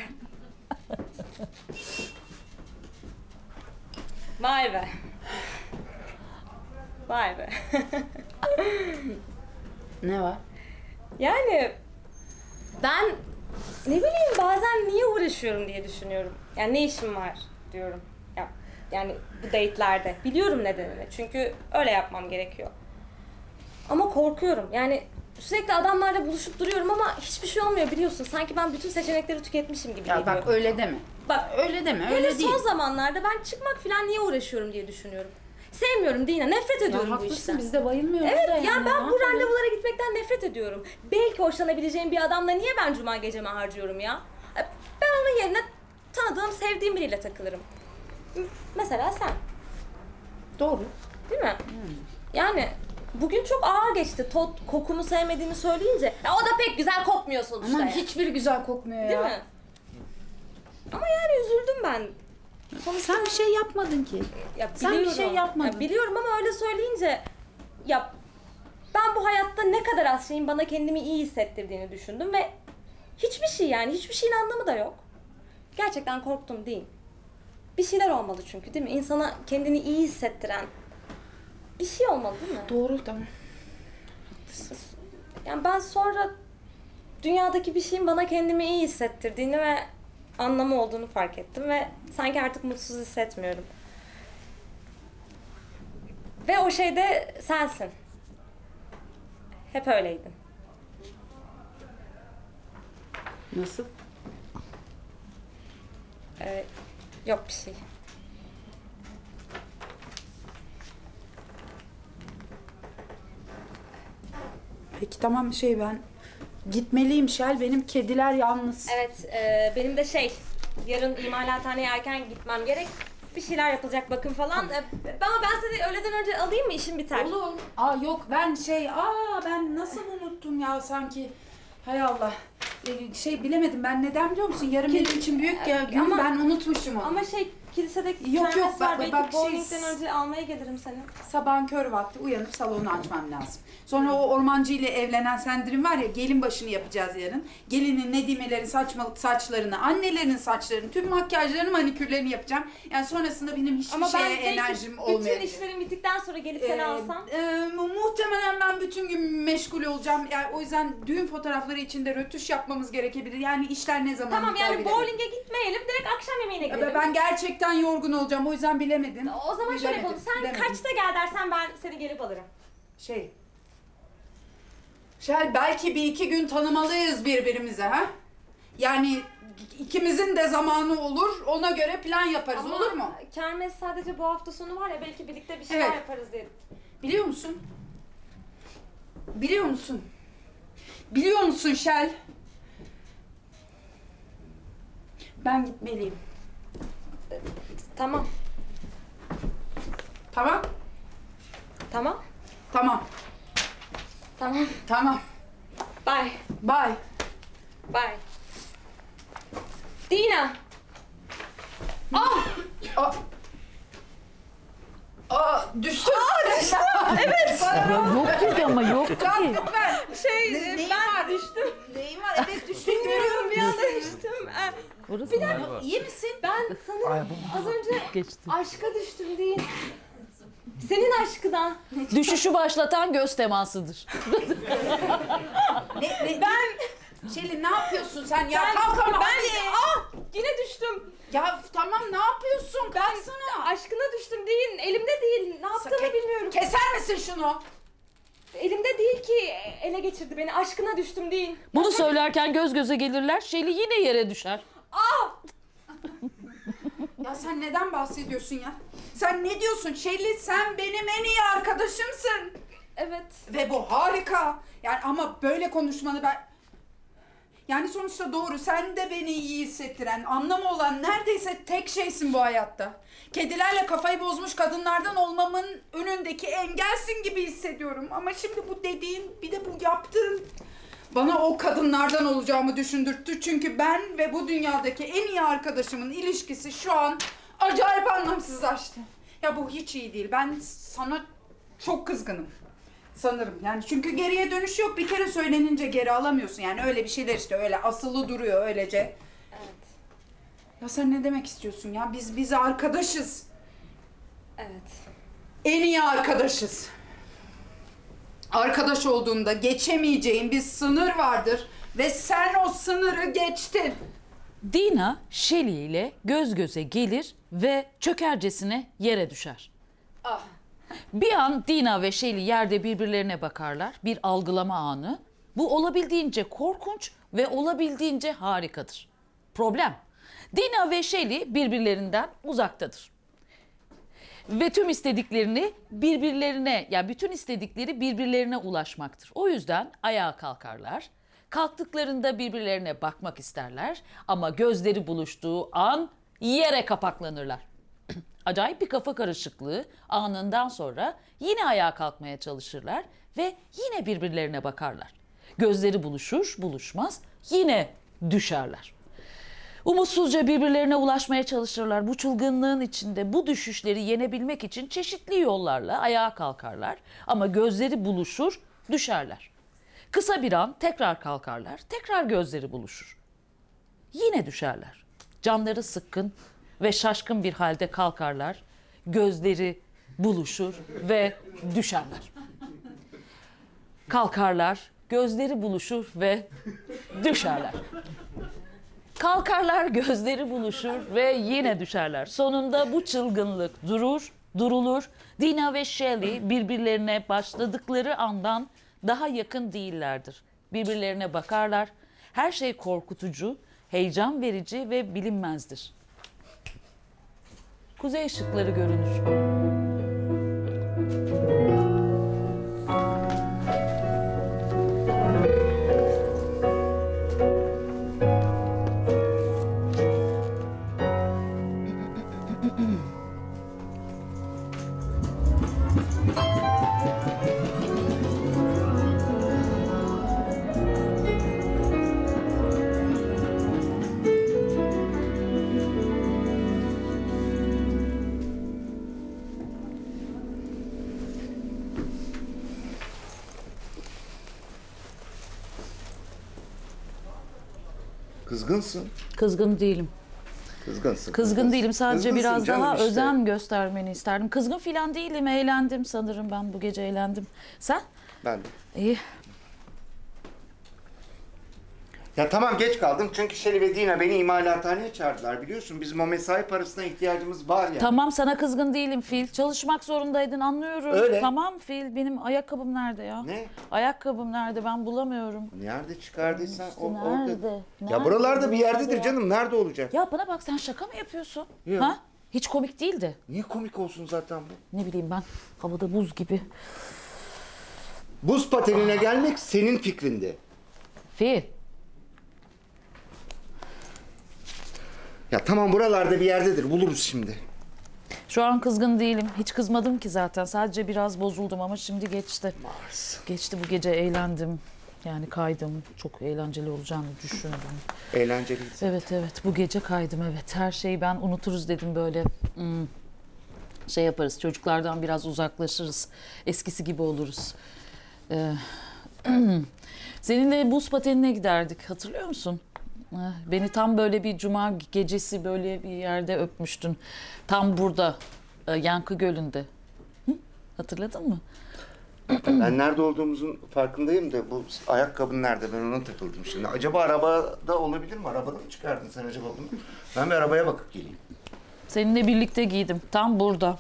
S2: Vay be. Vay be.
S6: Ne var?
S2: Yani ben ne bileyim bazen niye uğraşıyorum diye düşünüyorum. Yani ne işim var diyorum. Ya, yani bu date'lerde. Biliyorum nedenini. Çünkü öyle yapmam gerekiyor. Ama korkuyorum. Yani sürekli adamlarla buluşup duruyorum ama hiçbir şey olmuyor biliyorsun. Sanki ben bütün seçenekleri tüketmişim gibi
S6: Ya
S2: geliyor.
S6: bak öyle deme.
S2: Bak
S6: Öyle deme,
S2: böyle
S6: öyle değil.
S2: son zamanlarda ben çıkmak falan niye uğraşıyorum diye düşünüyorum. Sevmiyorum Dina, nefret
S6: Ya
S2: ediyorum bu
S6: haklısın,
S2: işten.
S6: biz de bayılmıyoruz
S2: Evet,
S6: da
S2: yani
S6: yani.
S2: ben
S6: Ne
S2: bu
S6: yapalım?
S2: randevulara gitmekten nefret ediyorum. Belki hoşlanabileceğim bir adamla niye ben cuma gecemi harcıyorum ya? Ben onun yerine tanıdığım, sevdiğim biriyle takılırım. Mesela sen,
S6: Doğru.
S2: değil mi? Yani bugün çok ağır geçti. Tot, kokumu sevmediğini söyleyince. Ya o da pek güzel kokmuyor sonuçta.
S6: Aman
S2: ya.
S6: hiçbir güzel kokmuyor
S2: Değil
S6: ya.
S2: mi? Ama yani üzüldüm ben. Sonuçta
S6: Sen bir şey yapmadın ki.
S2: ya
S6: sen bir
S2: biliyorum.
S6: şey yapmadın.
S2: Ya biliyorum ama öyle söyleyince ya ben bu hayatta ne kadar az şeyin bana kendimi iyi hissettirdiğini düşündüm ve hiçbir şey yani hiçbir şeyin anlamı da yok. Gerçekten korktum değil. Bir şeyler olmalı çünkü değil mi? İnsana kendini iyi hissettiren bir şey olmalı değil mi?
S6: Doğru, tamam.
S2: Yani ben sonra dünyadaki bir şeyin bana kendimi iyi hissettirdiğini ve anlamı olduğunu fark ettim ve sanki artık mutsuz hissetmiyorum. Ve o şey de sensin. Hep öyleydin.
S6: Nasıl?
S2: Ee, yok bir şey.
S6: Peki tamam şey ben gitmeliyim Şel, benim kediler yalnız.
S2: Evet, e, benim de şey, yarın imalathaneye erken gitmem gerek. Bir şeyler yapılacak bakım falan. E, ama ben seni öğleden önce alayım mı? İşim biter.
S6: Olur. Aa yok ben şey, aa ben nasıl unuttum ya sanki. Hay Allah. Ee, şey bilemedim ben neden biliyor musun? Yarın benim için büyük ya gün,
S2: Ama-
S6: ben unutmuşum onu.
S2: Ama şey, kilisede
S6: Yok,
S2: kermes
S6: yok,
S2: var.
S6: bak-
S2: Belki
S6: bak şey-
S2: bowlingden önce almaya gelirim seni.
S6: Sabahın kör vakti uyanıp salonu açmam lazım. Sonra o ormancı ile evlenen Sendirin var ya, gelin başını yapacağız yarın. Gelinin Nedime'lerin saçmalık saçlarını, annelerin saçlarını, tüm makyajlarını, manikürlerini yapacağım. Yani sonrasında benim hiçbir
S2: Ama ben
S6: şeye
S2: belki
S6: enerjim
S2: bütün
S6: olmayacak.
S2: işlerim bittikten sonra gelip
S6: Ee,
S2: seni alsam.
S6: e, mu- muhtemelen ben bütün gün meşgul olacağım. Yani o yüzden düğün fotoğrafları için de rötuş yapmamız gerekebilir. Yani işler ne zaman
S2: Tamam
S6: biter
S2: yani
S6: bilemedim.
S2: bowling'e gitmeyelim, direkt akşam yemeğine
S6: Ya
S2: gidelim.
S6: Ben gerçekten yorgun olacağım, o yüzden bilemedim.
S2: O zaman şöyle
S6: Bilemedim,
S2: yapalım, sen
S6: bilemedim.
S2: kaçta gel dersen ben seni gelip alırım.
S6: Şey. Şel belki bir iki gün tanımalıyız birbirimize ha? Yani ikimizin de zamanı olur, ona göre plan yaparız,
S2: Ama
S6: olur mu?
S2: kermes sadece bu hafta sonu var ya, belki birlikte bir şeyler
S6: Evet.
S2: yaparız diye.
S6: Biliyor musun? Biliyor musun? Biliyor musun Şel? Ben gitmeliyim.
S2: Tamam,
S6: Tamam?
S2: tamam,
S6: Tamam.
S2: tamam.
S6: Tamam.
S2: Bye,
S6: Bye.
S2: bye. Dina! Ah!
S6: Aa, Aa düştüm. Aa düştüm. Evet.
S4: Ya yok dedi ama yoktu ki.
S6: Lütfen.
S2: Şey,
S6: Ne- neyin
S2: ben
S6: var?
S2: düştüm.
S6: Neyim var? Evet düştüm.
S2: Bilmiyorum, bir anda düştüm. Ee,
S4: Orası
S2: Bir dakika,
S6: İyi misin?
S2: ben sanırım az önce
S4: geçti.
S2: aşka düştüm değil. Senin aşkına.
S4: Düşüşü başlatan göz temasıdır.
S6: Ne, ne,
S2: Ben
S6: Şeli ne yapıyorsun sen ya?
S2: Ben,
S6: Kalk ama.
S2: ben
S6: hadi.
S2: ah yine düştüm.
S6: Ya tamam ne yapıyorsun?
S2: Ben
S6: Kalksana.
S2: aşkına düştüm değil, elimde değil. Ne yaptığımı
S6: Ke-
S2: bilmiyorum.
S6: Keser misin şunu?
S2: Elimde değil ki, ele geçirdi beni. Aşkına düştüm değil.
S4: Bunu söylerken göz göze gelirler. Şeli yine yere düşer.
S6: Ya sen neden bahsediyorsun ya? Sen ne diyorsun Şeli? Sen benim en iyi arkadaşımsın.
S2: Evet.
S6: Ve bu harika. Yani ama böyle konuşmanı ben... Yani sonuçta doğru. Sen de beni iyi hissettiren, anlamı olan neredeyse tek şeysin bu hayatta. Kedilerle kafayı bozmuş kadınlardan olmamın önündeki engelsin gibi hissediyorum. Ama şimdi bu dediğin, bir de bu yaptığın bana o kadınlardan olacağımı düşündürttü. Çünkü ben ve bu dünyadaki en iyi arkadaşımın ilişkisi şu an acayip anlamsızlaştı. Ya bu hiç iyi değil. Ben sana çok kızgınım. Sanırım yani çünkü geriye dönüş yok. Bir kere söylenince geri alamıyorsun. Yani öyle bir şeyler işte öyle asılı duruyor öylece.
S2: Evet.
S6: Ya sen ne demek istiyorsun ya? Biz biz arkadaşız.
S2: Evet.
S6: En iyi arkadaşız. Arkadaş olduğunda geçemeyeceğin bir sınır vardır. Ve sen o sınırı geçtin.
S4: Dina Şeli ile göz göze gelir ve çökercesine yere düşer.
S6: Ah.
S4: Bir an Dina ve Şeli yerde birbirlerine bakarlar. Bir algılama anı. Bu olabildiğince korkunç ve olabildiğince harikadır. Problem. Dina ve Şeli birbirlerinden uzaktadır. Ve tüm istediklerini birbirlerine, ya yani bütün istedikleri birbirlerine ulaşmaktır. O yüzden ayağa kalkarlar. Kalktıklarında birbirlerine bakmak isterler ama gözleri buluştuğu an yere kapaklanırlar. Acayip bir kafa karışıklığı anından sonra yine ayağa kalkmaya çalışırlar ve yine birbirlerine bakarlar. Gözleri buluşur, buluşmaz, yine düşerler. Umutsuzca birbirlerine ulaşmaya çalışırlar. Bu çılgınlığın içinde bu düşüşleri yenebilmek için çeşitli yollarla ayağa kalkarlar ama gözleri buluşur, düşerler. Kısa bir an tekrar kalkarlar, tekrar gözleri buluşur. Yine düşerler. Canları sıkkın ve şaşkın bir halde kalkarlar, gözleri buluşur ve düşerler. Kalkarlar, gözleri buluşur ve düşerler. Kalkarlar, gözleri buluşur ve yine düşerler. Sonunda bu çılgınlık durur, durulur. Dina ve Shelley birbirlerine başladıkları andan daha yakın değillerdir. Birbirlerine bakarlar. Her şey korkutucu, heyecan verici ve bilinmezdir. Kuzey ışıkları görünür.
S5: Kızgınsın.
S4: Kızgın değilim.
S5: Kızgınsın.
S4: Kızgın değilim. Sadece
S5: Kızgınsın
S4: biraz
S5: canım
S4: daha
S5: işte.
S4: özen göstermeni isterdim. Kızgın filan değilim. Eğlendim sanırım ben bu gece eğlendim. Sen?
S5: Ben de.
S4: İyi.
S5: Ya tamam geç kaldım çünkü Şeli ve Dina beni imalathaneye çağırdılar biliyorsun. Bizim o mesai parasına ihtiyacımız var ya.
S4: Tamam sana kızgın değilim Fil. Çalışmak zorundaydın anlıyorum.
S5: Öyle.
S4: Tamam Fil. Benim ayakkabım nerede ya?
S5: Ne?
S4: Ayakkabım nerede? Ben bulamıyorum.
S5: Nerede çıkardıysan o,
S4: nerede?
S5: orada.
S4: Nerede?
S5: Ya buralarda bir yerdedir
S4: Nerede ya?
S5: canım. Nerede olacak?
S4: Ya bana bak sen şaka mı yapıyorsun?
S5: Yok.
S4: Ha? Hiç komik değildi.
S5: Niye komik olsun zaten bu?
S4: Ne bileyim ben. Havada buz gibi.
S5: Buz patenine gelmek senin fikrindi.
S4: Fil.
S5: Ya tamam buralarda bir yerdedir. Buluruz şimdi.
S4: Şu an kızgın değilim. Hiç kızmadım ki zaten. Sadece biraz bozuldum ama şimdi geçti.
S5: Mars.
S4: Geçti bu gece eğlendim. Yani kaydım. Çok eğlenceli olacağını düşündüm.
S5: Eğlenceliydi.
S4: Evet evet bu gece kaydım evet. Her şeyi ben unuturuz dedim böyle. Hmm. Şey yaparız çocuklardan biraz uzaklaşırız. Eskisi gibi oluruz. Ee, seninle buz patenine giderdik hatırlıyor musun? Beni tam böyle bir cuma gecesi böyle bir yerde öpmüştün. Tam burada Yankı Gölü'nde. Hı? Hatırladın mı?
S5: Ben nerede olduğumuzun farkındayım da bu ayakkabın nerede? Ben ona takıldım şimdi. Acaba arabada olabilir mi? Arabada mı çıkardın sen acaba bunu? Ben bir arabaya bakıp geleyim.
S4: Seninle birlikte giydim. Tam burada.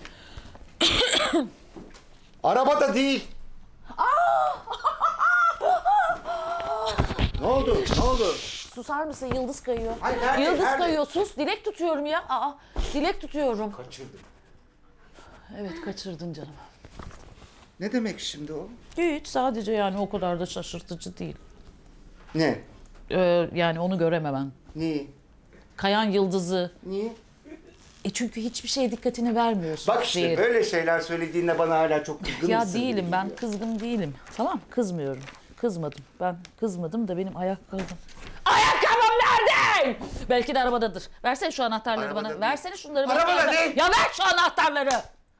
S5: Arabada değil. Ne oldu? Ne oldu?
S4: Susar mısın? Yıldız kayıyor.
S5: Hayır, nerede,
S4: Yıldız
S5: nerede?
S4: kayıyor. Sus. Dilek tutuyorum ya. Aa, dilek tutuyorum.
S5: Kaçırdım.
S4: Evet, kaçırdın canım.
S5: Ne demek şimdi o?
S4: Hiç, sadece yani o kadar da şaşırtıcı değil.
S5: Ne?
S4: Ee, yani onu görememen.
S5: Niye?
S4: Kayan yıldızı.
S5: Niye?
S4: E çünkü hiçbir şeye dikkatini vermiyorsun.
S5: Bak işte
S4: Değil.
S5: böyle şeyler söylediğinde bana hala çok kızgın
S4: Ya
S5: mısın
S4: değilim,
S5: gibi
S4: ben
S5: geliyor.
S4: kızgın değilim. Tamam, kızmıyorum. Kızmadım. Ben kızmadım da benim ayakkabım. Ayakkabım nerede? Belki de arabadadır. Versene şu anahtarları
S5: Arabada
S4: bana.
S5: değil.
S4: Versene şunları bana.
S5: Arabada
S4: Ya ver-
S5: değil.
S4: Ya ver şu anahtarları.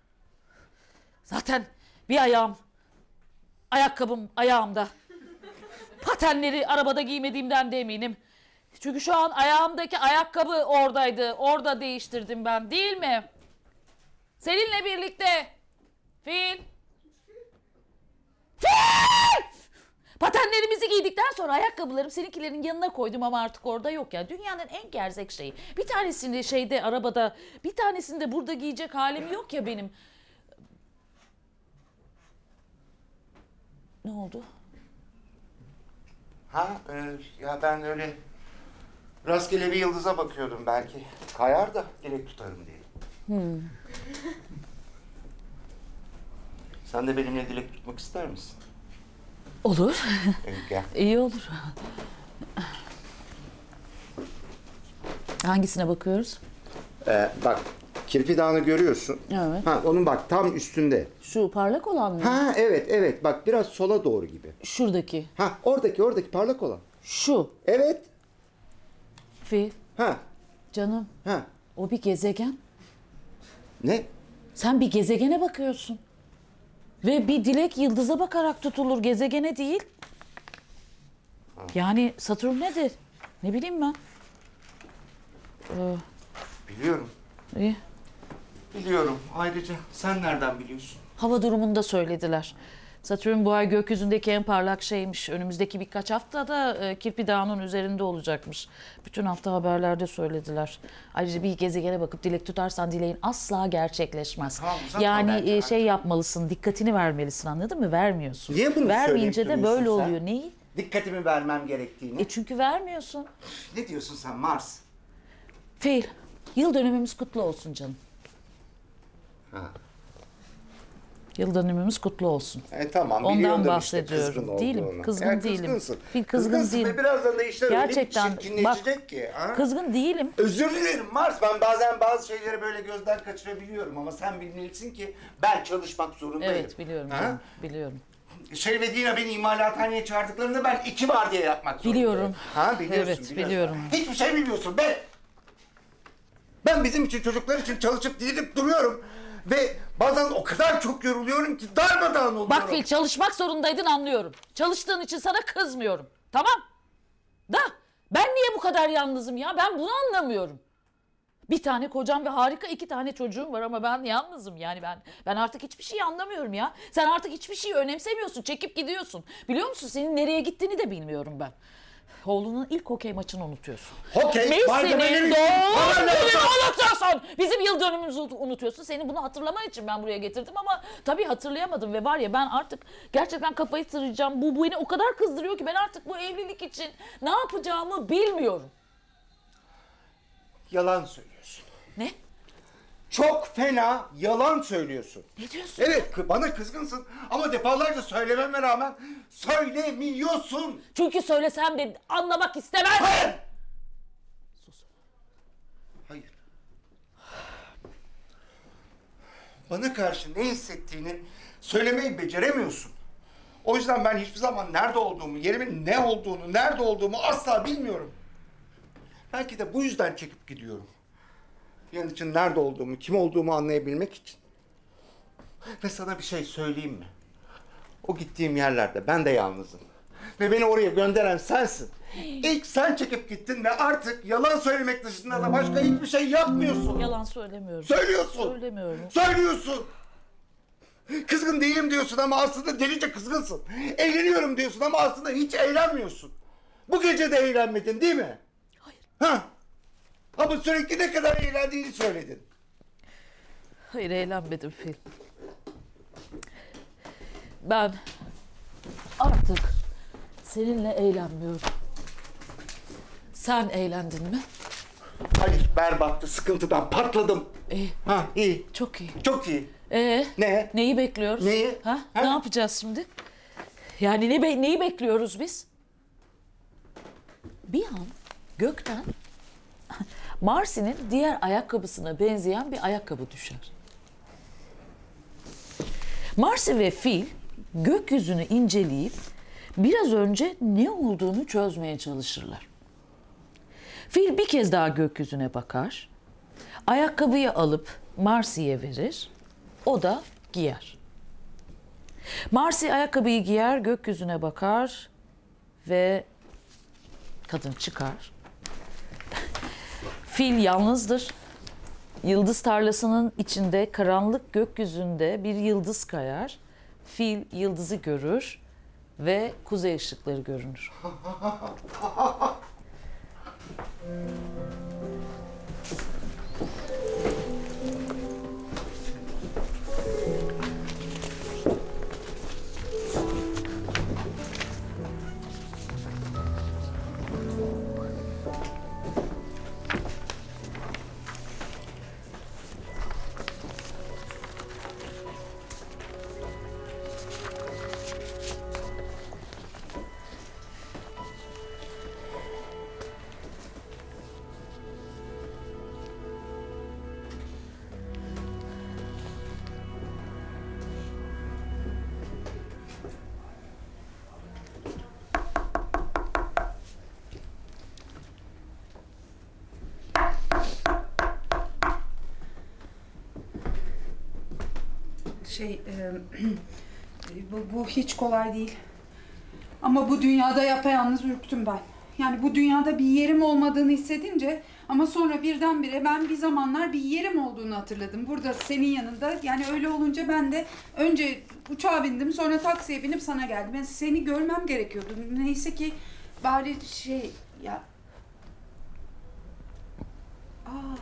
S4: Zaten bir ayağım, ayakkabım ayağımda. Patenleri arabada giymediğimden de eminim. Çünkü şu an ayağımdaki ayakkabı oradaydı. Orada değiştirdim ben, değil mi? Seninle birlikte. Fil. Fil! Patenlerimizi giydikten sonra ayakkabılarım seninkilerin yanına koydum ama artık orada yok ya. Dünyanın en gerzek şeyi. Bir tanesini şeyde arabada, bir tanesini de burada giyecek halim yok ya benim. Ne oldu?
S5: Ha e, ya ben öyle rastgele bir yıldıza bakıyordum belki. Kayar da dilek tutarım diye.
S4: Hmm.
S5: Sen de benimle dilek tutmak ister misin?
S4: Olur.
S5: Evet, gel.
S4: İyi olur. Hangisine bakıyoruz?
S5: Ee, bak Kirpi Dağı'nı görüyorsun.
S4: Evet.
S5: Ha onun bak tam üstünde.
S4: Şu parlak olan mı?
S5: Ha evet evet bak biraz sola doğru gibi.
S4: Şuradaki.
S5: Ha oradaki oradaki parlak olan.
S4: Şu.
S5: Evet.
S4: Fil.
S5: Ha
S4: Canım.
S5: ha.
S4: O bir gezegen.
S5: Ne?
S4: Sen bir gezegene bakıyorsun. Ve bir dilek yıldıza bakarak tutulur, gezegene değil. Yani Satürn nedir? Ne bileyim ben. Ee,
S5: Biliyorum.
S4: iyi.
S5: Biliyorum. Ayrıca sen nereden biliyorsun?
S4: Hava durumunu da söylediler. Satürn bu ay gökyüzündeki en parlak şeymiş. Önümüzdeki birkaç haftada e, Kirpi Dağı'nın üzerinde olacakmış. Bütün hafta haberlerde söylediler. Ayrıca bir gezegene bakıp dilek tutarsan dileğin asla gerçekleşmez.
S5: Tamam, uzatma
S4: yani
S5: bence
S4: e,
S5: artık.
S4: şey yapmalısın, dikkatini vermelisin, anladın mı? Vermiyorsun.
S5: Niye bunu
S4: Vermeyince
S5: söyleyip
S4: de böyle
S5: duruyorsun sen?
S4: oluyor. Neyi?
S5: Dikkatimi vermem gerektiğini.
S4: E çünkü vermiyorsun.
S5: Ne diyorsun sen Mars?
S4: Fil, yıl dönümümüz kutlu olsun canım.
S5: Ha.
S4: Yıl dönümümüz kutlu olsun.
S5: E tamam
S4: Ondan
S5: biliyordum
S4: bahsediyorum.
S5: işte kızgın
S4: Değilim,
S5: olduğunu.
S4: kızgın
S5: Ya,
S4: değilim.
S5: Kızgınsın.
S4: Bir kızgın
S5: Kızgınsın
S4: değilim.
S5: ve birazdan da işler
S4: Gerçekten,
S5: öyle bir çirkinleşecek ki. Ha?
S4: Kızgın değilim.
S5: Özür dilerim Mars. Ben bazen bazı şeyleri böyle gözden kaçırabiliyorum ama sen bilmelisin ki ben çalışmak zorundayım.
S4: Evet biliyorum
S5: Ha?
S4: canım, biliyorum.
S5: Şey ve Dina beni imalathaneye çağırdıklarında ben iki var diye yapmak zorundayım.
S4: Biliyorum.
S5: Ha biliyorsun.
S4: Evet,
S5: biliyorsun.
S4: biliyorum.
S5: Hiçbir şey bilmiyorsun be. Ben bizim için çocuklar için çalışıp didinip duruyorum. Ve bazen o kadar çok yoruluyorum ki darmadağın oluyorum.
S4: Bak Fil, çalışmak zorundaydın, anlıyorum. Çalıştığın için sana kızmıyorum. Tamam. Da ben niye bu kadar yalnızım ya? Ben bunu anlamıyorum. Bir tane kocam ve harika iki tane çocuğum var ama ben yalnızım yani ben ben artık hiçbir şey anlamıyorum ya. Sen artık hiçbir şeyi önemsemiyorsun, çekip gidiyorsun. Biliyor musun, senin nereye gittiğini de bilmiyorum ben. Oğlunun ilk hokey maçını unutuyorsun.
S5: Hokey,
S4: Messi'nin
S5: malzemeleri-
S4: doğum
S5: Bana ne
S4: gününü
S5: oldu?
S4: unutuyorsun. Bizim yıl dönümümüzü unutuyorsun. Senin bunu hatırlaman için ben buraya getirdim ama tabii hatırlayamadım ve var ya ben artık gerçekten kafayı sıyıracağım. Bu, bu beni o kadar kızdırıyor ki ben artık bu evlilik için ne yapacağımı bilmiyorum.
S5: Yalan söylüyorsun.
S4: Ne?
S5: Çok fena yalan söylüyorsun.
S4: Ne diyorsun?
S5: Evet kı- bana kızgınsın ama defalarca söylememe rağmen söylemiyorsun.
S4: Çünkü söylesem de anlamak istemez.
S5: Hayır.
S4: Sus.
S5: Hayır. Bana karşı ne hissettiğini söylemeyi beceremiyorsun. O yüzden ben hiçbir zaman nerede olduğumu, yerimin ne olduğunu, nerede olduğumu asla bilmiyorum. Belki de bu yüzden çekip gidiyorum. Bir an için nerede olduğumu, kim olduğumu anlayabilmek için. Ve sana bir şey söyleyeyim mi? O gittiğim yerlerde ben de yalnızım. Ve beni oraya gönderen sensin. İlk sen çekip gittin ve artık yalan söylemek dışında da başka hiçbir şey yapmıyorsun.
S4: Yalan söylemiyorum.
S5: Söylüyorsun.
S4: Söylemiyorum.
S5: Söylüyorsun. Kızgın değilim diyorsun ama aslında delice kızgınsın. Eğleniyorum diyorsun ama aslında hiç eğlenmiyorsun. Bu gece de eğlenmedin değil mi?
S4: Hayır.
S5: Ha? Ama sürekli ne kadar eğlendiğini söyledin.
S4: Hayır, eğlenmedim Fil. Ben artık seninle eğlenmiyorum. Sen eğlendin mi?
S5: Hayır, berbattı. Sıkıntıdan patladım.
S4: İyi,
S5: Ha, iyi.
S4: çok iyi.
S5: Çok iyi.
S4: Ee,
S5: Ne?
S4: neyi bekliyoruz?
S5: Neyi?
S4: Ha?
S5: Ha?
S4: Ne yapacağız şimdi? Yani ne be- neyi bekliyoruz biz? Bir an gökten Marcy'nin diğer ayakkabısına benzeyen bir ayakkabı düşer. Marcy ve Phil gökyüzünü inceleyip biraz önce ne olduğunu çözmeye çalışırlar. Phil bir kez daha gökyüzüne bakar, ayakkabıyı alıp Marcy'ye verir, o da giyer. Marcy ayakkabıyı giyer, gökyüzüne bakar ve kadın çıkar. Phil yalnızdır. Yıldız tarlasının içinde karanlık gökyüzünde bir yıldız kayar. Phil yıldızı görür ve kuzey ışıkları görünür.
S6: Şey, e, bu, bu hiç kolay değil. Ama bu dünyada yapayalnız ürktüm ben. Yani bu dünyada bir yerim olmadığını hissedince ama sonra birdenbire ben bir zamanlar bir yerim olduğunu hatırladım. Burada senin yanında, yani öyle olunca ben de önce uçağa bindim, sonra taksiye binip sana geldim. Yani seni görmem gerekiyordu. Neyse ki bari şey ya... Aa.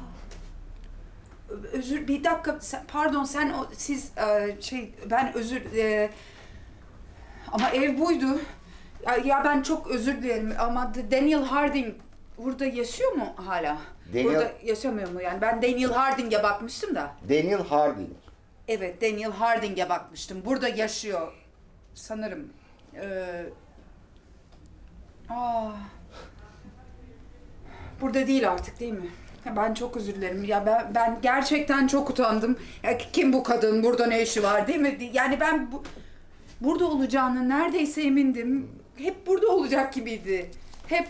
S6: Özür, bir dakika, sen, pardon sen o, siz e, şey ben özür e, ama ev buydu. Ya, ya ben çok özür dilerim ama Daniel Harding burada yaşıyor mu hala?
S5: Daniel-
S6: Burada yaşamıyor mu? Yani ben Daniel Harding'e bakmıştım da.
S5: Daniel Harding.
S6: Evet, Daniel Harding'e bakmıştım. Burada yaşıyor sanırım. Ee, aa, burada değil artık değil mi? Ya ben çok özür dilerim. Ya ben, ben gerçekten çok utandım. Ya kim bu kadın? Burada ne işi var değil mi? Yani ben bu, burada olacağını neredeyse emindim. Hep burada olacak gibiydi. Hep.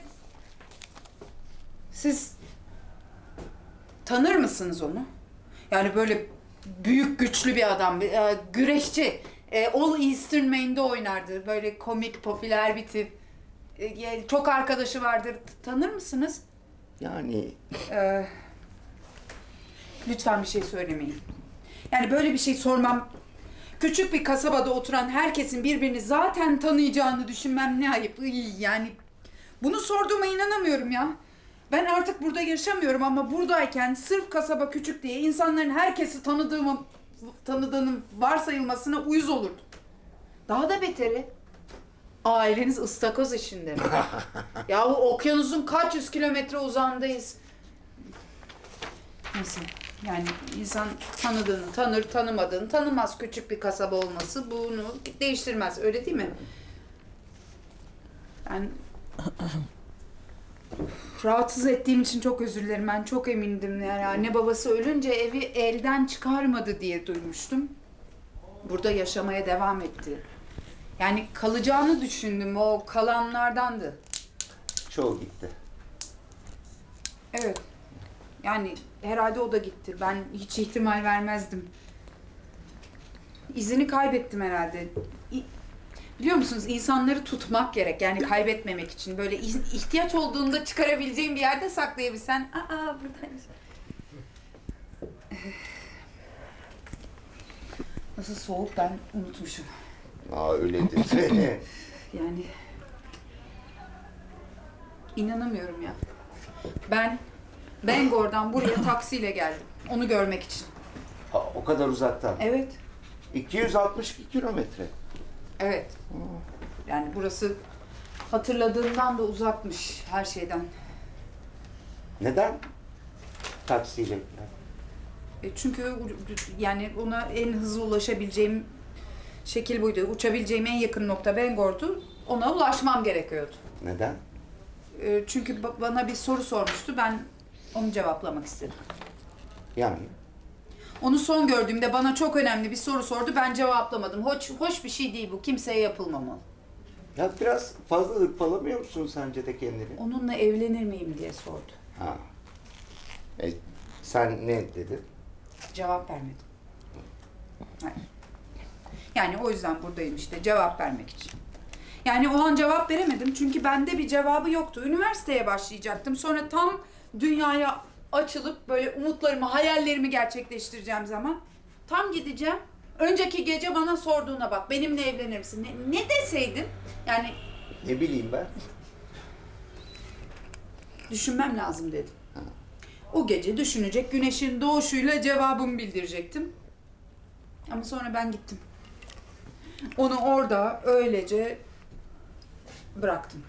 S6: Siz tanır mısınız onu? Yani böyle büyük güçlü bir adam, bir, e, güreşçi. E, All Eastern Main'de oynardı. Böyle komik, popüler bir tip. E, çok arkadaşı vardır. Tanır mısınız?
S5: Yani
S6: Ee, lütfen bir şey söylemeyin. Yani böyle bir şey sormam, küçük bir kasabada oturan herkesin birbirini zaten tanıyacağını düşünmem ne ayıp. Iy, yani bunu sorduğuma inanamıyorum ya. Ben artık burada yaşamıyorum ama buradayken sırf kasaba küçük diye insanların herkesi tanıdığımı, tanıdığının varsayılmasına uyuz olurdum. Daha da beteri, aileniz ıstakoz işinde mi? Yahu okyanusun kaç yüz kilometre uzağındayız. Neyse, yani insan tanıdığını tanır, tanımadığını tanımaz. Küçük bir kasaba olması bunu değiştirmez, öyle değil mi? Ben rahatsız ettiğim için çok özür dilerim. Ben çok emindim. Yani anne babası ölünce evi elden çıkarmadı diye duymuştum. Burada yaşamaya devam etti. Yani kalacağını düşündüm. O kalanlardandı.
S5: çoğu gitti.
S6: Evet. Yani herhalde o da gitti. Ben hiç ihtimal vermezdim. İzini kaybettim herhalde. İ- Biliyor musunuz, insanları tutmak gerek. Yani kaybetmemek için. Böyle iz- ihtiyaç olduğunda çıkarabileceğin bir yerde saklayabilsen. Aa buradaymış. Nasıl soğuk ben unutmuşum.
S5: Aa öyledir.
S6: Yani inanamıyorum ya. Ben Bangor'dan buraya taksiyle geldim. Onu görmek için.
S5: Ha, o kadar uzaktan.
S6: Evet.
S5: iki yüz altmış iki kilometre.
S6: Evet. Yani burası hatırladığımdan da uzakmış her şeyden.
S5: Neden? Taksiyle.
S6: E çünkü yani ona en hızlı ulaşabileceğim şekil buydu. Uçabileceğim en yakın nokta Bangor'du. Ona ulaşmam gerekiyordu.
S5: Neden?
S6: E çünkü ba- bana bir soru sormuştu. Ben onu cevaplamak istedim.
S5: Yani?
S6: Onu son gördüğümde bana çok önemli bir soru sordu. Ben cevaplamadım. Hoş, hoş bir şey değil bu. Kimseye yapılmamalı.
S5: Ya biraz fazla hırpalamıyor musun sence de kendini?
S6: Onunla evlenir miyim diye sordu.
S5: Ha. E, sen ne dedin?
S6: Cevap vermedim. Hayır. Yani o yüzden buradayım işte cevap vermek için. Yani o an cevap veremedim çünkü bende bir cevabı yoktu. Üniversiteye başlayacaktım. Sonra tam dünyaya açılıp böyle umutlarımı, hayallerimi gerçekleştireceğim zaman tam gideceğim. Önceki gece bana sorduğuna bak. Benimle evlenir misin? Ne, ne deseydim? Yani
S5: Ne bileyim ben?
S6: düşünmem lazım dedim. O gece düşünecek, güneşin doğuşuyla cevabımı bildirecektim. Ama sonra ben gittim. Onu orada öylece bıraktım.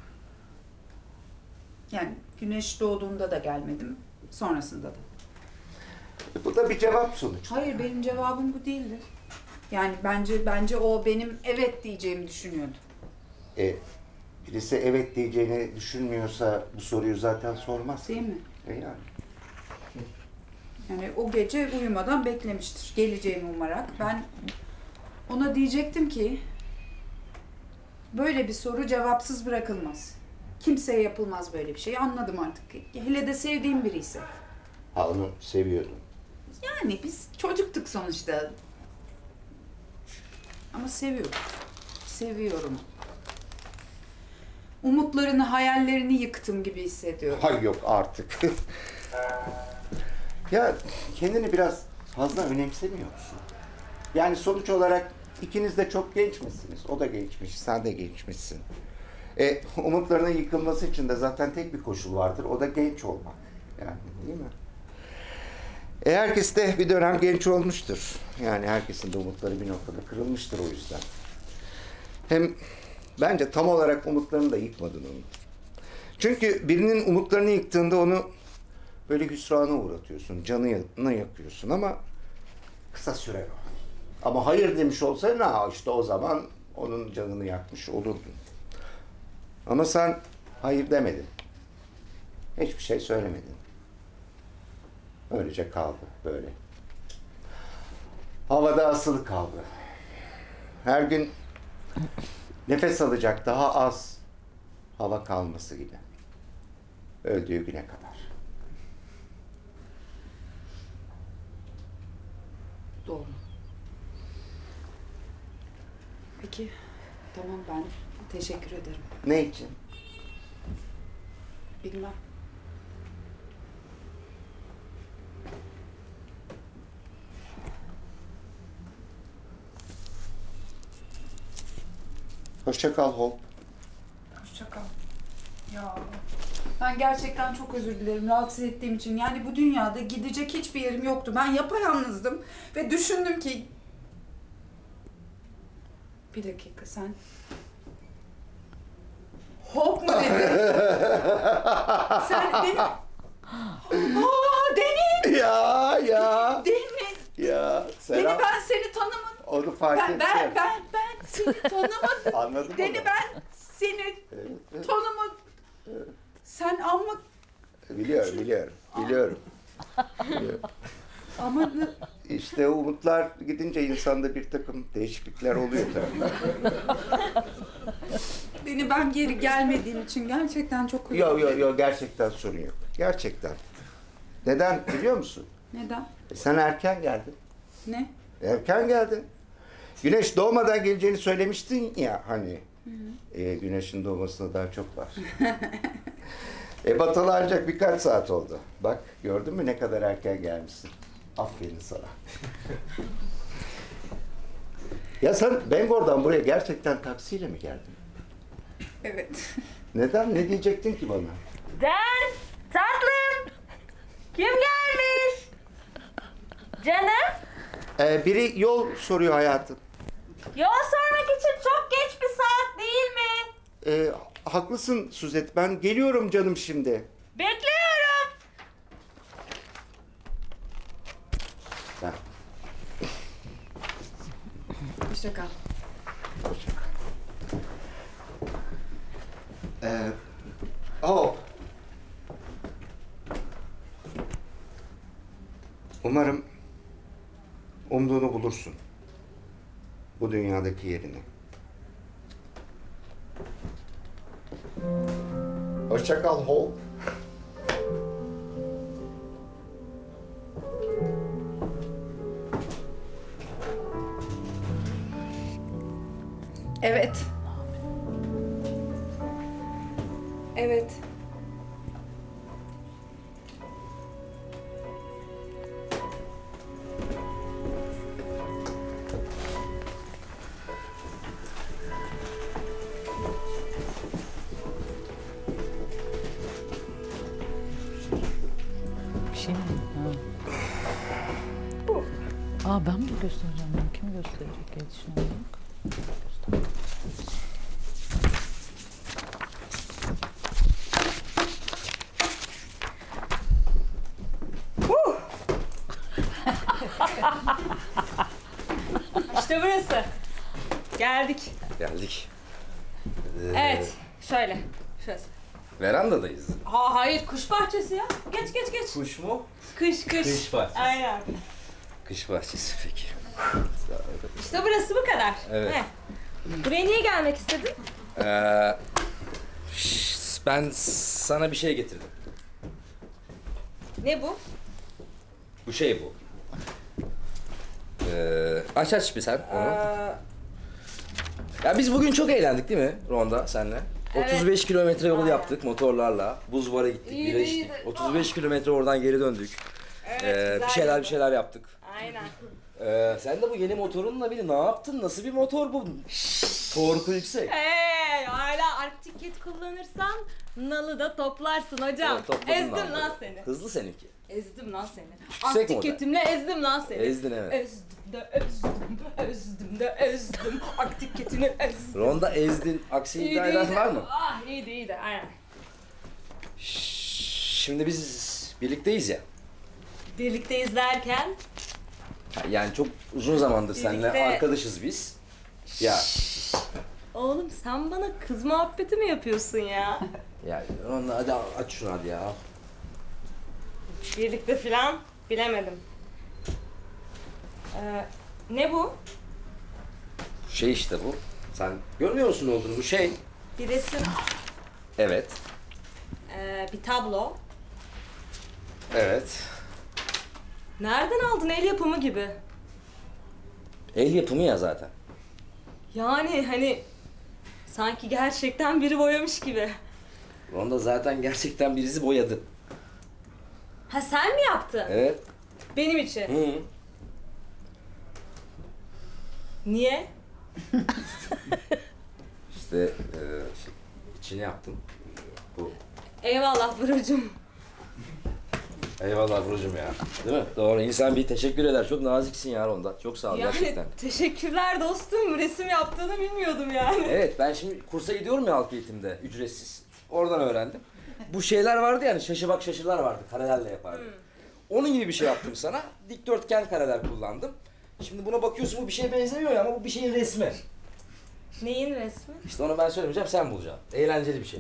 S6: Yani güneş doğduğunda da gelmedim, sonrasında da.
S5: E, bu da bir cevap sonuç.
S6: Hayır, benim cevabım bu değildi. Yani bence bence o benim evet diyeceğimi düşünüyordu.
S5: E, birisi evet diyeceğini düşünmüyorsa bu soruyu zaten sormaz.
S6: Değil mi?
S5: E yani.
S6: Yani o gece uyumadan beklemiştir. Geleceğimi umarak. Ben ona diyecektim ki böyle bir soru cevapsız bırakılmaz. Kimseye yapılmaz böyle bir şey. Anladım artık. Hele de sevdiğim biri ise.
S5: Ha onu seviyordum.
S6: Yani biz çocuktuk sonuçta. Ama seviyorum. Seviyorum. Umutlarını, hayallerini yıktım gibi hissediyorum.
S5: Hay yok artık. Ya kendini biraz fazla önemsemiyor musun? Yani sonuç olarak ikiniz de çok genç misiniz? O da gençmiş, sen de gençmişsin. E, umutlarının yıkılması için de zaten tek bir koşul vardır. O da genç olmak. Yani değil mi? E, herkes de bir dönem genç olmuştur. Yani herkesin de umutları bir noktada kırılmıştır o yüzden. Hem bence tam olarak umutlarını da yıkmadın onu. Çünkü birinin umutlarını yıktığında onu böyle hüsrana uğratıyorsun, canını yakıyorsun ama kısa sürer o. Ama hayır demiş olsaydın ha işte o zaman onun canını yakmış olurdun. Ama sen hayır demedin. Hiçbir şey söylemedin. Öylece kaldı böyle. Havada asılı kaldı. Her gün nefes alacak daha az hava kalması gibi. Öldüğü güne kadar.
S6: Doğru. Peki, tamam ben teşekkür ederim.
S5: Ne için?
S6: Bilmem.
S5: Hoşça kal Hope.
S6: Hoşça kal. Ya ben gerçekten çok özür dilerim rahatsız ettiğim için. Yani bu dünyada gidecek hiçbir yerim yoktu. Ben yapayalnızdım ve düşündüm ki... Bir dakika sen... Hop mu dedin? Sen beni... Aa Deni!
S5: Ya ya.
S6: Deni!
S5: Ya
S6: Deni
S5: selam.
S6: ben seni tanımadım.
S5: Onu fark
S6: Ben,
S5: ettim.
S6: ben, ben, ben seni tanımadım.
S5: Anladım
S6: Deni
S5: onu.
S6: ben seni
S5: Evet, evet.
S6: tanımadım. Sen ama...
S5: Biliyorum, biliyorum, biliyorum. biliyorum.
S6: Ama...
S5: İşte umutlar gidince insanda bir takım değişiklikler oluyor tabii.
S6: Beni ben geri gelmediğim için gerçekten çok özür
S5: Yok yok
S6: dilerim.
S5: yok gerçekten sorun yok. Gerçekten. Neden biliyor musun?
S6: Neden?
S5: E, sen erken geldin.
S6: Ne?
S5: Erken geldin. Güneş doğmadan geleceğini söylemiştin ya hani. E, güneşin doğmasına daha çok var. e batılı ancak birkaç saat oldu. Bak gördün mü ne kadar erken gelmişsin. Aferin sana. Ya sen Bangor'dan buraya gerçekten taksiyle mi geldin?
S6: Evet.
S5: Neden? Ne diyecektin ki bana?
S2: Den, tatlım. Kim gelmiş? Canım.
S5: Ee, biri yol soruyor hayatım.
S2: Yol sormak için çok geç bir saat değil mi?
S5: Ee, haklısın Suzet. Ben geliyorum canım şimdi.
S2: Bekliyorum.
S5: Ben.
S6: Hoşça kal.
S5: Hoşça kal. Ee, oh. Umarım umduğunu bulursun. Bu dünyadaki yerini. Hoşça kal Hope.
S6: Evet. Evet.
S4: Bir şey mi? Ha. Aa ben mi göstereceğim? Ben kim gösterecek iletişim olarak?
S2: İşte burası. Geldik.
S3: Geldik.
S2: Evet. Şöyle. Şurası.
S3: Verandadayız.
S2: Ha hayır, kuş bahçesi ya. Geç geç geç.
S3: Kuş mu?
S2: Kış kış.
S3: Kış bahçesi.
S2: Aynen.
S3: Kış bahçesi peki.
S2: İşte burası bu kadar.
S3: Evet.
S2: He. Buraya niye gelmek istedin?
S3: Ee, şş, ben sana bir şey getirdim.
S2: Ne bu?
S3: Bu şey bu. Ee, aç aç bir sen onu.
S2: Ee,
S3: Ya biz bugün çok eğlendik değil mi Ronda senle?
S2: Evet.
S3: otuz beş kilometre yol
S2: Aynen.
S3: yaptık motorlarla. Buz bara gittik,
S2: İyiydi,
S3: bira içtik.
S2: iyiydi.
S3: otuz beş kilometre oradan geri döndük.
S2: evet,
S3: Ee,
S2: güzel
S3: bir şeyler
S2: oldu.
S3: bir şeyler yaptık.
S2: Aynen.
S3: Ee, sen de bu yeni motorunla bile ne yaptın? Nasıl bir motor bu? Torku yüksek.
S2: Hey, hala Arctic kullanırsan nalı da toplarsın hocam.
S3: Evet, topladın
S2: ezdim
S3: lan.
S2: lan seni.
S3: Hızlı seninki.
S2: Ezdim lan seni.
S3: Yüksek
S2: Arctic
S3: model.
S2: ketimle ezdim lan seni.
S3: Ezdin evet.
S2: Ezdim de ezdim, ezdim de ezdim. Arctic ketini ezdim.
S3: Ronda ezdin. Aksi iddia eden var mı?
S2: Ah iyiydi iyiydi aynen.
S3: Şşş, Şimdi biz birlikteyiz ya.
S2: Birlikte izlerken
S3: Yani çok uzun zamandır seninle
S2: Birlikte-
S3: arkadaşız biz. Ya
S2: oğlum sen bana kız muhabbeti mi yapıyorsun ya?
S3: yani Ronda hadi aç şunu hadi ya.
S2: Birlikte filan bilemedim. Ee, ne bu?
S3: Şey işte bu. Sen görmüyor musun ne olduğunu? Bu şey.
S2: Bir resim,
S3: Evet.
S2: ee, bir tablo.
S3: Evet.
S2: Nereden aldın, el yapımı gibi?
S3: El yapımı ya zaten.
S2: Yani hani sanki gerçekten biri boyamış gibi.
S3: Ronda zaten gerçekten birisi boyadı.
S2: Ha sen mi yaptın?
S3: Evet.
S2: Benim için.
S3: Hı.
S2: Niye?
S3: İşte e, şey, içini yaptım. Bu.
S2: Eyvallah Buracığım.
S3: Eyvallah Burcu'm ya. Değil mi? Doğru. İnsan bir teşekkür eder. Çok naziksin ya Ronda. Çok sağ ol
S2: Yani
S3: gerçekten.
S2: teşekkürler dostum. Resim yaptığını bilmiyordum yani.
S3: Evet ben şimdi kursa gidiyorum ya halk eğitimde ücretsiz. Oradan öğrendim. Bu şeyler vardı yani şaşı bak şaşılar vardı karelerle yapardım. Onun gibi bir şey yaptım sana. Dikdörtgen kareler kullandım. Şimdi buna bakıyorsun bu bir şeye benzemiyor ya ama bu bir şeyin resmi.
S2: Neyin resmi?
S3: İşte onu ben söylemeyeceğim sen bulacaksın. Eğlenceli bir şey.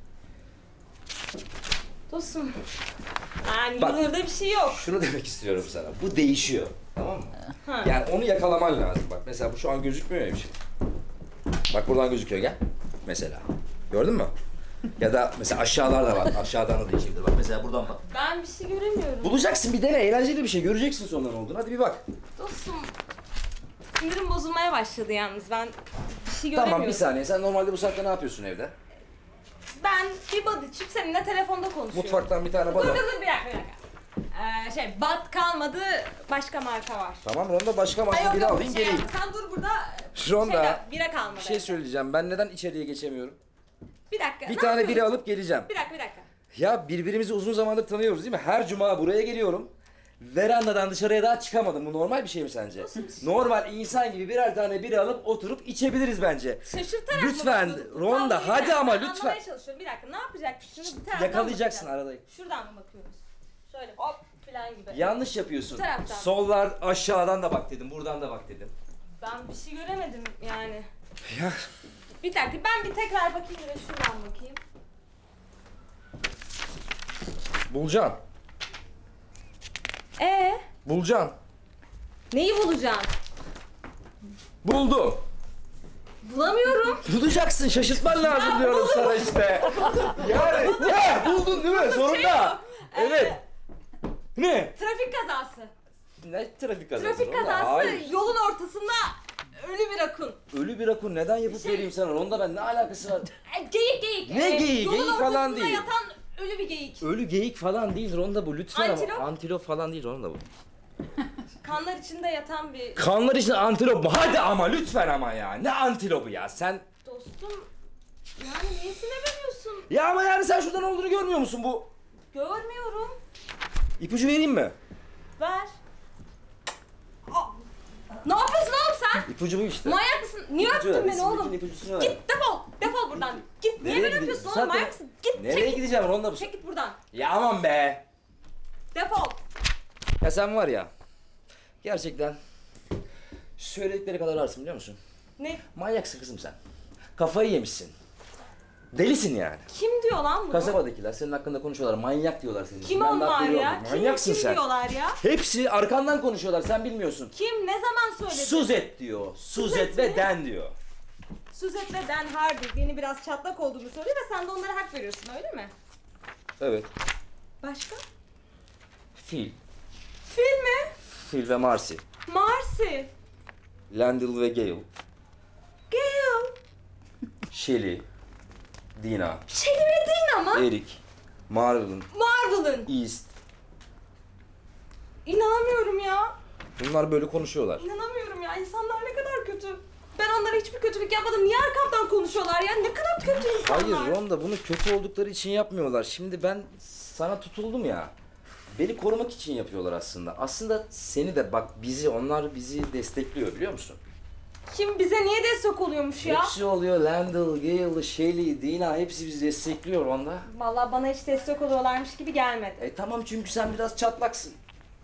S2: Dostum. Yani
S3: Bak.
S2: burada bir şey yok.
S3: Şunu demek istiyorum sana. Bu değişiyor. Tamam mı?
S2: Ha.
S3: Yani onu yakalaman lazım. Bak mesela bu şu an gözükmüyor ya bir şey. Bak buradan gözüküyor gel. Mesela. Gördün mü? Ya da mesela aşağılarda var. Aşağıdan da değişebilir. Bak mesela buradan bak.
S2: Ben bir şey göremiyorum.
S3: Bulacaksın bir dene. Eğlenceli bir şey. Göreceksin sonra ne olduğunu. Hadi bir bak.
S2: Dostum. Sinirim bozulmaya başladı yalnız. Ben bir şey göremiyorum.
S3: Tamam bir saniye. Sen normalde bu saatte ne yapıyorsun evde?
S2: Ben bir body içip seninle telefonda konuşuyorum.
S3: Mutfaktan bir tane
S2: Dur
S3: bana.
S2: dur dur bir dakika bir dakika. Ee, şey bat kalmadı başka marka var.
S3: Tamam Ronda başka
S2: Ay
S3: marka
S2: yok
S3: biri
S2: yok
S3: alayım
S2: şey
S3: geleyim.
S2: yapma. Sen dur burada.
S3: Ronda,
S2: Şeyde, bira kalmadı.
S3: Bir şey söyleyeceğim. Ben neden içeriye geçemiyorum?
S2: Bir dakika.
S3: Bir
S2: ne
S3: tane
S2: yapıyorsun?
S3: biri alıp geleceğim.
S2: Bir dakika bir dakika.
S3: Ya birbirimizi uzun zamandır tanıyoruz değil mi? Her cuma buraya geliyorum. Verandadan dışarıya daha çıkamadım. Bu normal bir şey mi sence? Normal insan gibi birer tane biri alıp oturup içebiliriz bence.
S2: Şaşırtarak
S3: Lütfen,
S2: mı bakıyorsun?
S3: Ronda,
S2: Tamam, bir
S3: hadi
S2: dakika,
S3: ama
S2: ben
S3: lütfen.
S2: Anlamaya çalışıyorum. Bir dakika ne yapacakmışsın? Şimdi bir taraftan
S3: Yakalayacaksın
S2: bakacağız.
S3: arada.
S2: Şuradan mı bakıyoruz? Şöyle hop falan gibi.
S3: Yanlış yapıyorsun.
S2: Bu taraftan.
S3: Sollar aşağıdan da bak dedim, buradan da bak dedim.
S2: Ben bir şey göremedim yani.
S3: Ya
S2: Bir dakika ben bir tekrar bakayım ve şuradan bakayım.
S3: Bulcan,
S2: Ee,
S3: Bulcan.
S2: neyi bulacaksın?
S3: Buldum.
S2: Bulamıyorum.
S3: Bulacaksın, şaşırtman lazım diyorum sana işte. Yani, ya buldun değil mi? Sonunda. Evet. Ne?
S2: Trafik kazası.
S3: Ne trafik kazası?
S2: Trafik
S3: Ronda?
S2: kazası
S3: Hayır.
S2: yolun ortasında ölü bir akun.
S3: Ölü bir akun neden yapıp
S2: Şey-
S3: vereyim sana? Onda ben ne alakası var?
S2: E, geyik geyik.
S3: Ne
S2: E,
S3: geyiği?
S2: Yolun
S3: Geyik falan
S2: ortasında
S3: değil.
S2: yatan ölü bir geyik.
S3: Ölü geyik falan değil Ronda bu lütfen
S2: Antilop?
S3: ama antilop falan değil Ronda bu.
S2: Kanlar içinde yatan bir
S3: Kanlar için antilop mu? Hadi ama lütfen ama ya. Ne antilopu ya sen?
S2: dostum. Yani niyesine veriyorsun?
S3: Ya ama yani sen şuradan olduğunu görmüyor musun bu?
S2: Görmüyorum.
S3: İpucu vereyim mi?
S2: Ver. Aa, ne yapıyorsun oğlum sen?
S3: İpucu bu işte.
S2: Manyak mısın? Niye
S3: İpucu ver,
S2: öptün beni
S3: resimdekinin
S2: oğlum?
S3: ipucusunu ver.
S2: Git defol. Defol buradan. Git. Niye
S3: Nereye
S2: böyle
S3: gideyim?
S2: yapıyorsun oğlum?
S3: Zaten-
S2: Manyak mısın? Git.
S3: Nereye
S2: Çek git.
S3: gideceğim Ronda bu?
S2: Çek git buradan.
S3: Ya aman be.
S2: Defol.
S3: Ya sen var ya. Gerçekten söyledikleri kadar varsın biliyor musun?
S2: Ne?
S3: Manyaksın kızım sen. Kafayı yemişsin. Delisin yani.
S2: Kim diyor lan bunu?
S3: Kasabadakiler senin hakkında konuşuyorlar. Manyak diyorlar senin için.
S2: Kim
S3: Ben de
S2: onlar
S3: hak veriyorum.
S2: ya? Kim,
S3: Manyaksın
S2: kim
S3: sen.
S2: diyorlar ya?
S3: Hepsi arkandan konuşuyorlar sen bilmiyorsun.
S2: Kim? Ne zaman söyledi?
S3: Suzet diyor. Suzet ve
S2: mi?
S3: Den diyor.
S2: Suzette Dan Hardy beni biraz çatlak olduğumu söylüyor ve sen de onlara hak veriyorsun öyle mi?
S3: Evet.
S2: Başka?
S3: Phil.
S2: Phil mi?
S3: Phil ve Marcy.
S2: Marcy.
S3: Landil ve Gale.
S2: Gail.
S3: Shelley. Dina.
S2: Shelly ve Dina mı?
S3: Eric. Marlon.
S2: Marvel'ın.
S3: East.
S2: İnanamıyorum ya.
S3: Bunlar böyle konuşuyorlar.
S2: İnanamıyorum ya. İnsanlar ne kadar kötü. Ben onlara hiçbir kötülük yapmadım. Niye arkamdan konuşuyorlar ya? Ne kadar kötü insanlar.
S3: Hayır Ronda bunu kötü oldukları için yapmıyorlar. Şimdi ben sana tutuldum ya. Beni korumak için yapıyorlar aslında. Aslında seni de bak bizi onlar bizi destekliyor biliyor musun?
S2: Kim bize niye destek oluyormuş ya?
S3: Hepsi oluyor. Landil, Gale, Shelley, Dina hepsi bizi destekliyor Ronda.
S2: Vallahi bana hiç destek oluyorlarmış gibi gelmedi.
S3: E tamam çünkü sen biraz çatlaksın.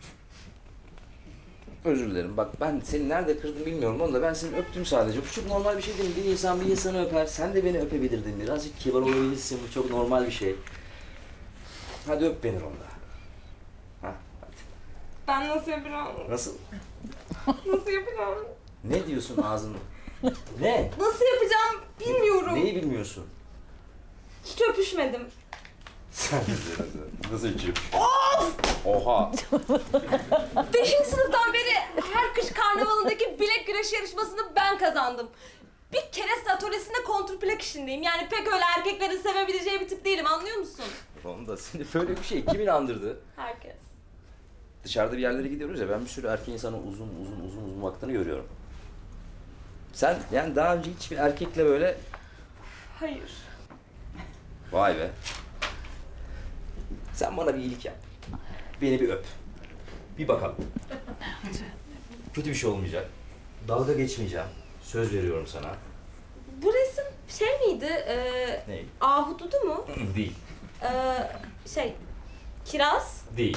S3: Özür dilerim. Bak ben seni nerede kırdım bilmiyorum onu da ben seni öptüm sadece. Bu çok normal bir şey değil mi? Bir insan bir insanı öper. Sen de beni öpebilirdin. Birazcık kibar olabilirsin. Bu çok normal bir şey. Hadi öp beni Ronda. Ha, hadi.
S2: Ben nasıl yapacağım?
S3: Nasıl?
S2: Nasıl yapacağım?
S3: Ne diyorsun ağzını? Ne?
S2: Nasıl yapacağım bilmiyorum.
S3: Neyi bilmiyorsun?
S2: Hiç öpüşmedim.
S3: Sen nasıl içiyor? Of! Oha!
S2: Beşinci sınıftan beri her kış karnavalındaki bilek güreşi yarışmasını ben kazandım. Bir kereste atölyesinde kontrplak işindeyim. Yani pek öyle erkeklerin sevebileceği bir tip değilim anlıyor musun?
S3: Ronda seni böyle bir şey kim inandırdı?
S2: Herkes.
S3: Dışarıda bir yerlere gidiyoruz ya ben bir sürü erkek insanı uzun uzun uzun uzun baktığını görüyorum. Sen yani daha önce hiçbir erkekle böyle
S2: Hayır.
S3: vay be. Sen bana bir iyilik yap. Beni bir öp. Bir bakalım. Kötü bir şey olmayacak. Dalga geçmeyeceğim. Söz veriyorum sana.
S2: Bu resim şey miydi? Ee,
S3: Ne?
S2: ahududu mu?
S3: Değil.
S2: Ee, şey, kiraz,
S3: Değil.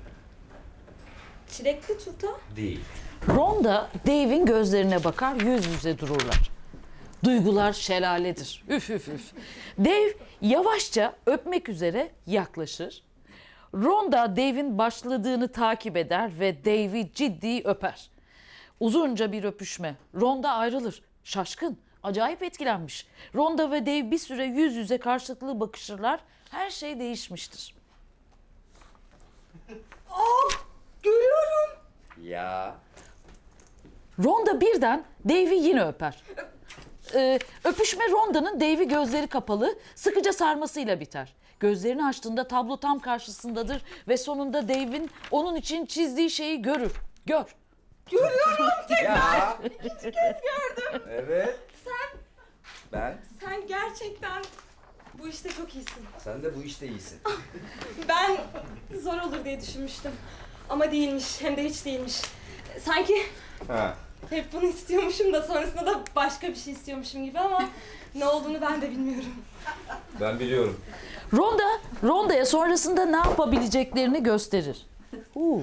S2: çilekli turta.
S3: Değil.
S4: Ronda Dave'in gözlerine bakar, yüz yüze dururlar. Duygular şelaledir. Üf üf üf. Dave yavaşça öpmek üzere yaklaşır. Ronda Dave'in başladığını takip eder ve Dave'i ciddi öper. Uzunca bir öpüşme. Ronda ayrılır. Şaşkın, acayip etkilenmiş. Ronda ve Dave bir süre yüz yüze karşılıklı bakışırlar. Her şey değişmiştir.
S2: Aa, görüyorum.
S3: Ya.
S4: Ronda birden Dave'i yine öper. Ee, öpüşme Ronda'nın Dave'i gözleri kapalı sıkıca sarmasıyla biter. Gözlerini açtığında tablo tam karşısındadır ve sonunda Dave'in onun için çizdiği şeyi görür. Gör.
S3: Ya.
S2: Gördüm.
S3: Evet.
S2: Sen,
S3: Ben.
S2: sen gerçekten bu işte çok iyisin.
S3: Sen de bu işte iyisin.
S2: Ben zor olur diye düşünmüştüm. Ama değilmiş, hem de hiç değilmiş. Sanki
S3: Ha.
S2: hep bunu istiyormuşum da sonrasında da başka bir şey istiyormuşum gibi ama ne olduğunu ben de bilmiyorum.
S3: Ben biliyorum.
S4: Ronda, Ronda'ya sonrasında ne yapabileceklerini gösterir. Uu.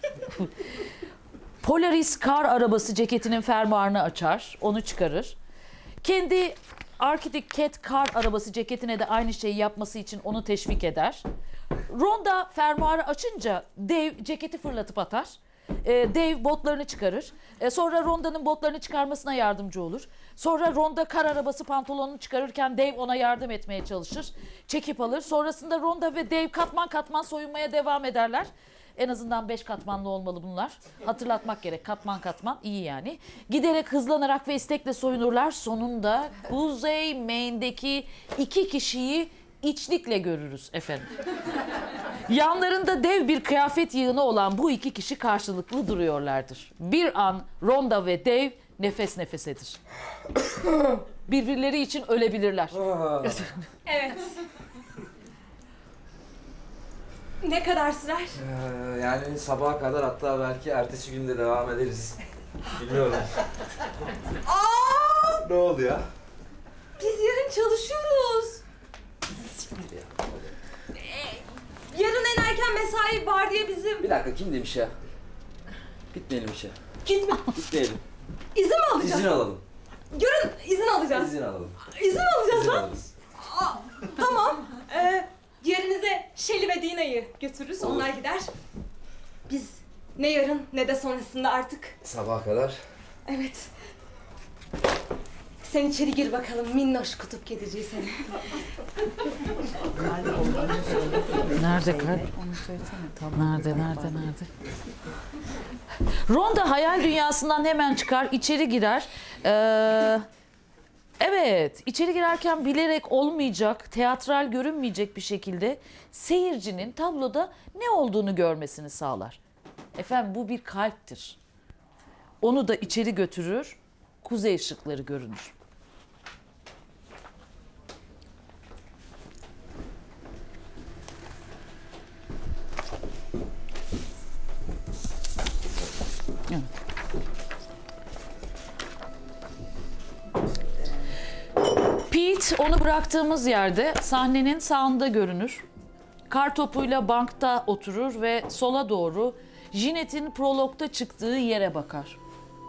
S4: Polaris kar arabası ceketinin fermuarını açar, onu çıkarır. Kendi Arctic Cat kar arabası ceketine de aynı şeyi yapması için onu teşvik eder. Ronda fermuarı açınca Dave ceketi fırlatıp atar. Ee, Dave botlarını çıkarır. Ee, sonra Ronda'nın botlarını çıkarmasına yardımcı olur. Sonra Ronda kar arabası pantolonunu çıkarırken Dave ona yardım etmeye çalışır. Çekip alır. Sonrasında Ronda ve Dave katman katman soyunmaya devam ederler. En azından beş katmanlı olmalı bunlar. Hatırlatmak gerek. Katman katman iyi yani. Giderek hızlanarak ve istekle soyunurlar. Sonunda Kuzey Maine'deki iki kişiyi içlikle görürüz efendim. Yanlarında dev bir kıyafet yığını olan bu iki kişi karşılıklı duruyorlardır. Bir an Ronda ve Dave nefes nefesedir. Birbirleri için ölebilirler.
S2: Evet. Ne kadar sürer?
S3: Ee, yani sabaha kadar, hatta belki ertesi günde devam ederiz. Bilmiyorum.
S2: Aa!
S3: Ne oldu ya?
S2: Biz yarın çalışıyoruz. Ee, yarın en erken mesai var diye bizim...
S3: Bir dakika, kim demiş ya? Gitmeyelim işe.
S2: Gitme.
S3: Gitmeyelim.
S2: İzin mi alacağız?
S3: İzin alalım.
S2: Yarın izin alacağız.
S3: İzin alalım.
S2: İzin mi alacağız
S3: İzin
S2: lan?
S3: alırız.
S2: Aa, tamam. Ee, yerinize Şeli ve Dina'yı götürürüz.
S3: Olur.
S2: Onlar gider. Biz ne yarın ne de sonrasında artık.
S3: Sabaha kadar.
S2: Evet. Sen içeri gir bakalım minnoş kutup kediciği seni.
S4: Nerede kar? Nerede, nerede, nerede? Ronda hayal dünyasından hemen çıkar, içeri girer. Ee, evet, içeri girerken bilerek olmayacak, teatral görünmeyecek bir şekilde seyircinin tabloda ne olduğunu görmesini sağlar. Efendim bu bir kalptir. Onu da içeri götürür, kuzey ışıkları görünür. Pete onu bıraktığımız yerde sahnenin sağında görünür. Kar topuyla bankta oturur ve sola doğru Jeanette'in prologda çıktığı yere bakar.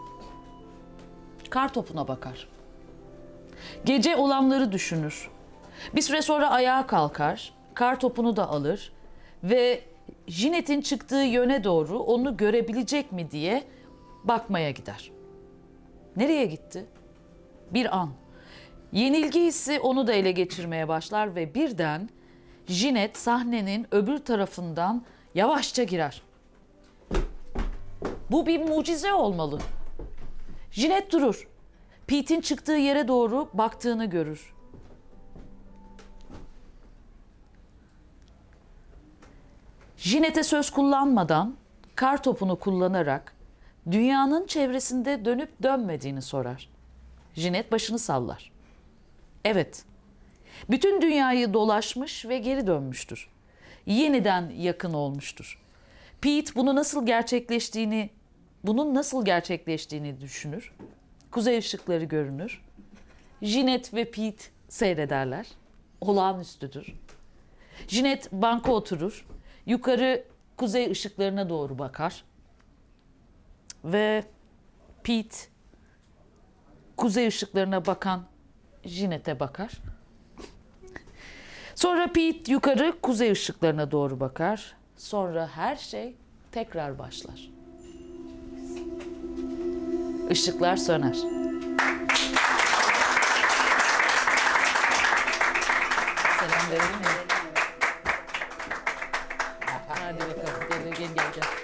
S4: Kar topuna bakar. Gece olanları düşünür. Bir süre sonra ayağa kalkar, kar topunu da alır ve Jeanette'in çıktığı yöne doğru onu görebilecek mi diye bakmaya gider. Nereye gitti? Bir an. Yenilgi hissi onu da ele geçirmeye başlar ve birden Jeanette sahnenin öbür tarafından yavaşça girer. Bu bir mucize olmalı. Jeanette durur. Pete'in çıktığı yere doğru baktığını görür. Jeanette'e söz kullanmadan kar topunu kullanarak dünyanın çevresinde dönüp dönmediğini sorar. Jeanette başını sallar. Evet, bütün dünyayı dolaşmış ve geri dönmüştür. Yeniden yakın olmuştur. Pete bunu nasıl gerçekleştiğini, bunun nasıl gerçekleştiğini düşünür. Kuzey ışıkları görünür. Jeanette ve Pete seyrederler. Olağanüstüdür. Jeanette banka oturur. Yukarı kuzey ışıklarına doğru bakar. Ve Pete kuzey ışıklarına bakan Jeanette'e bakar. Sonra Pete yukarı kuzey ışıklarına doğru bakar. Sonra her şey tekrar başlar. Işıklar söner. Selam verelim mi? Hadi bakalım. Gel gel gel. gel.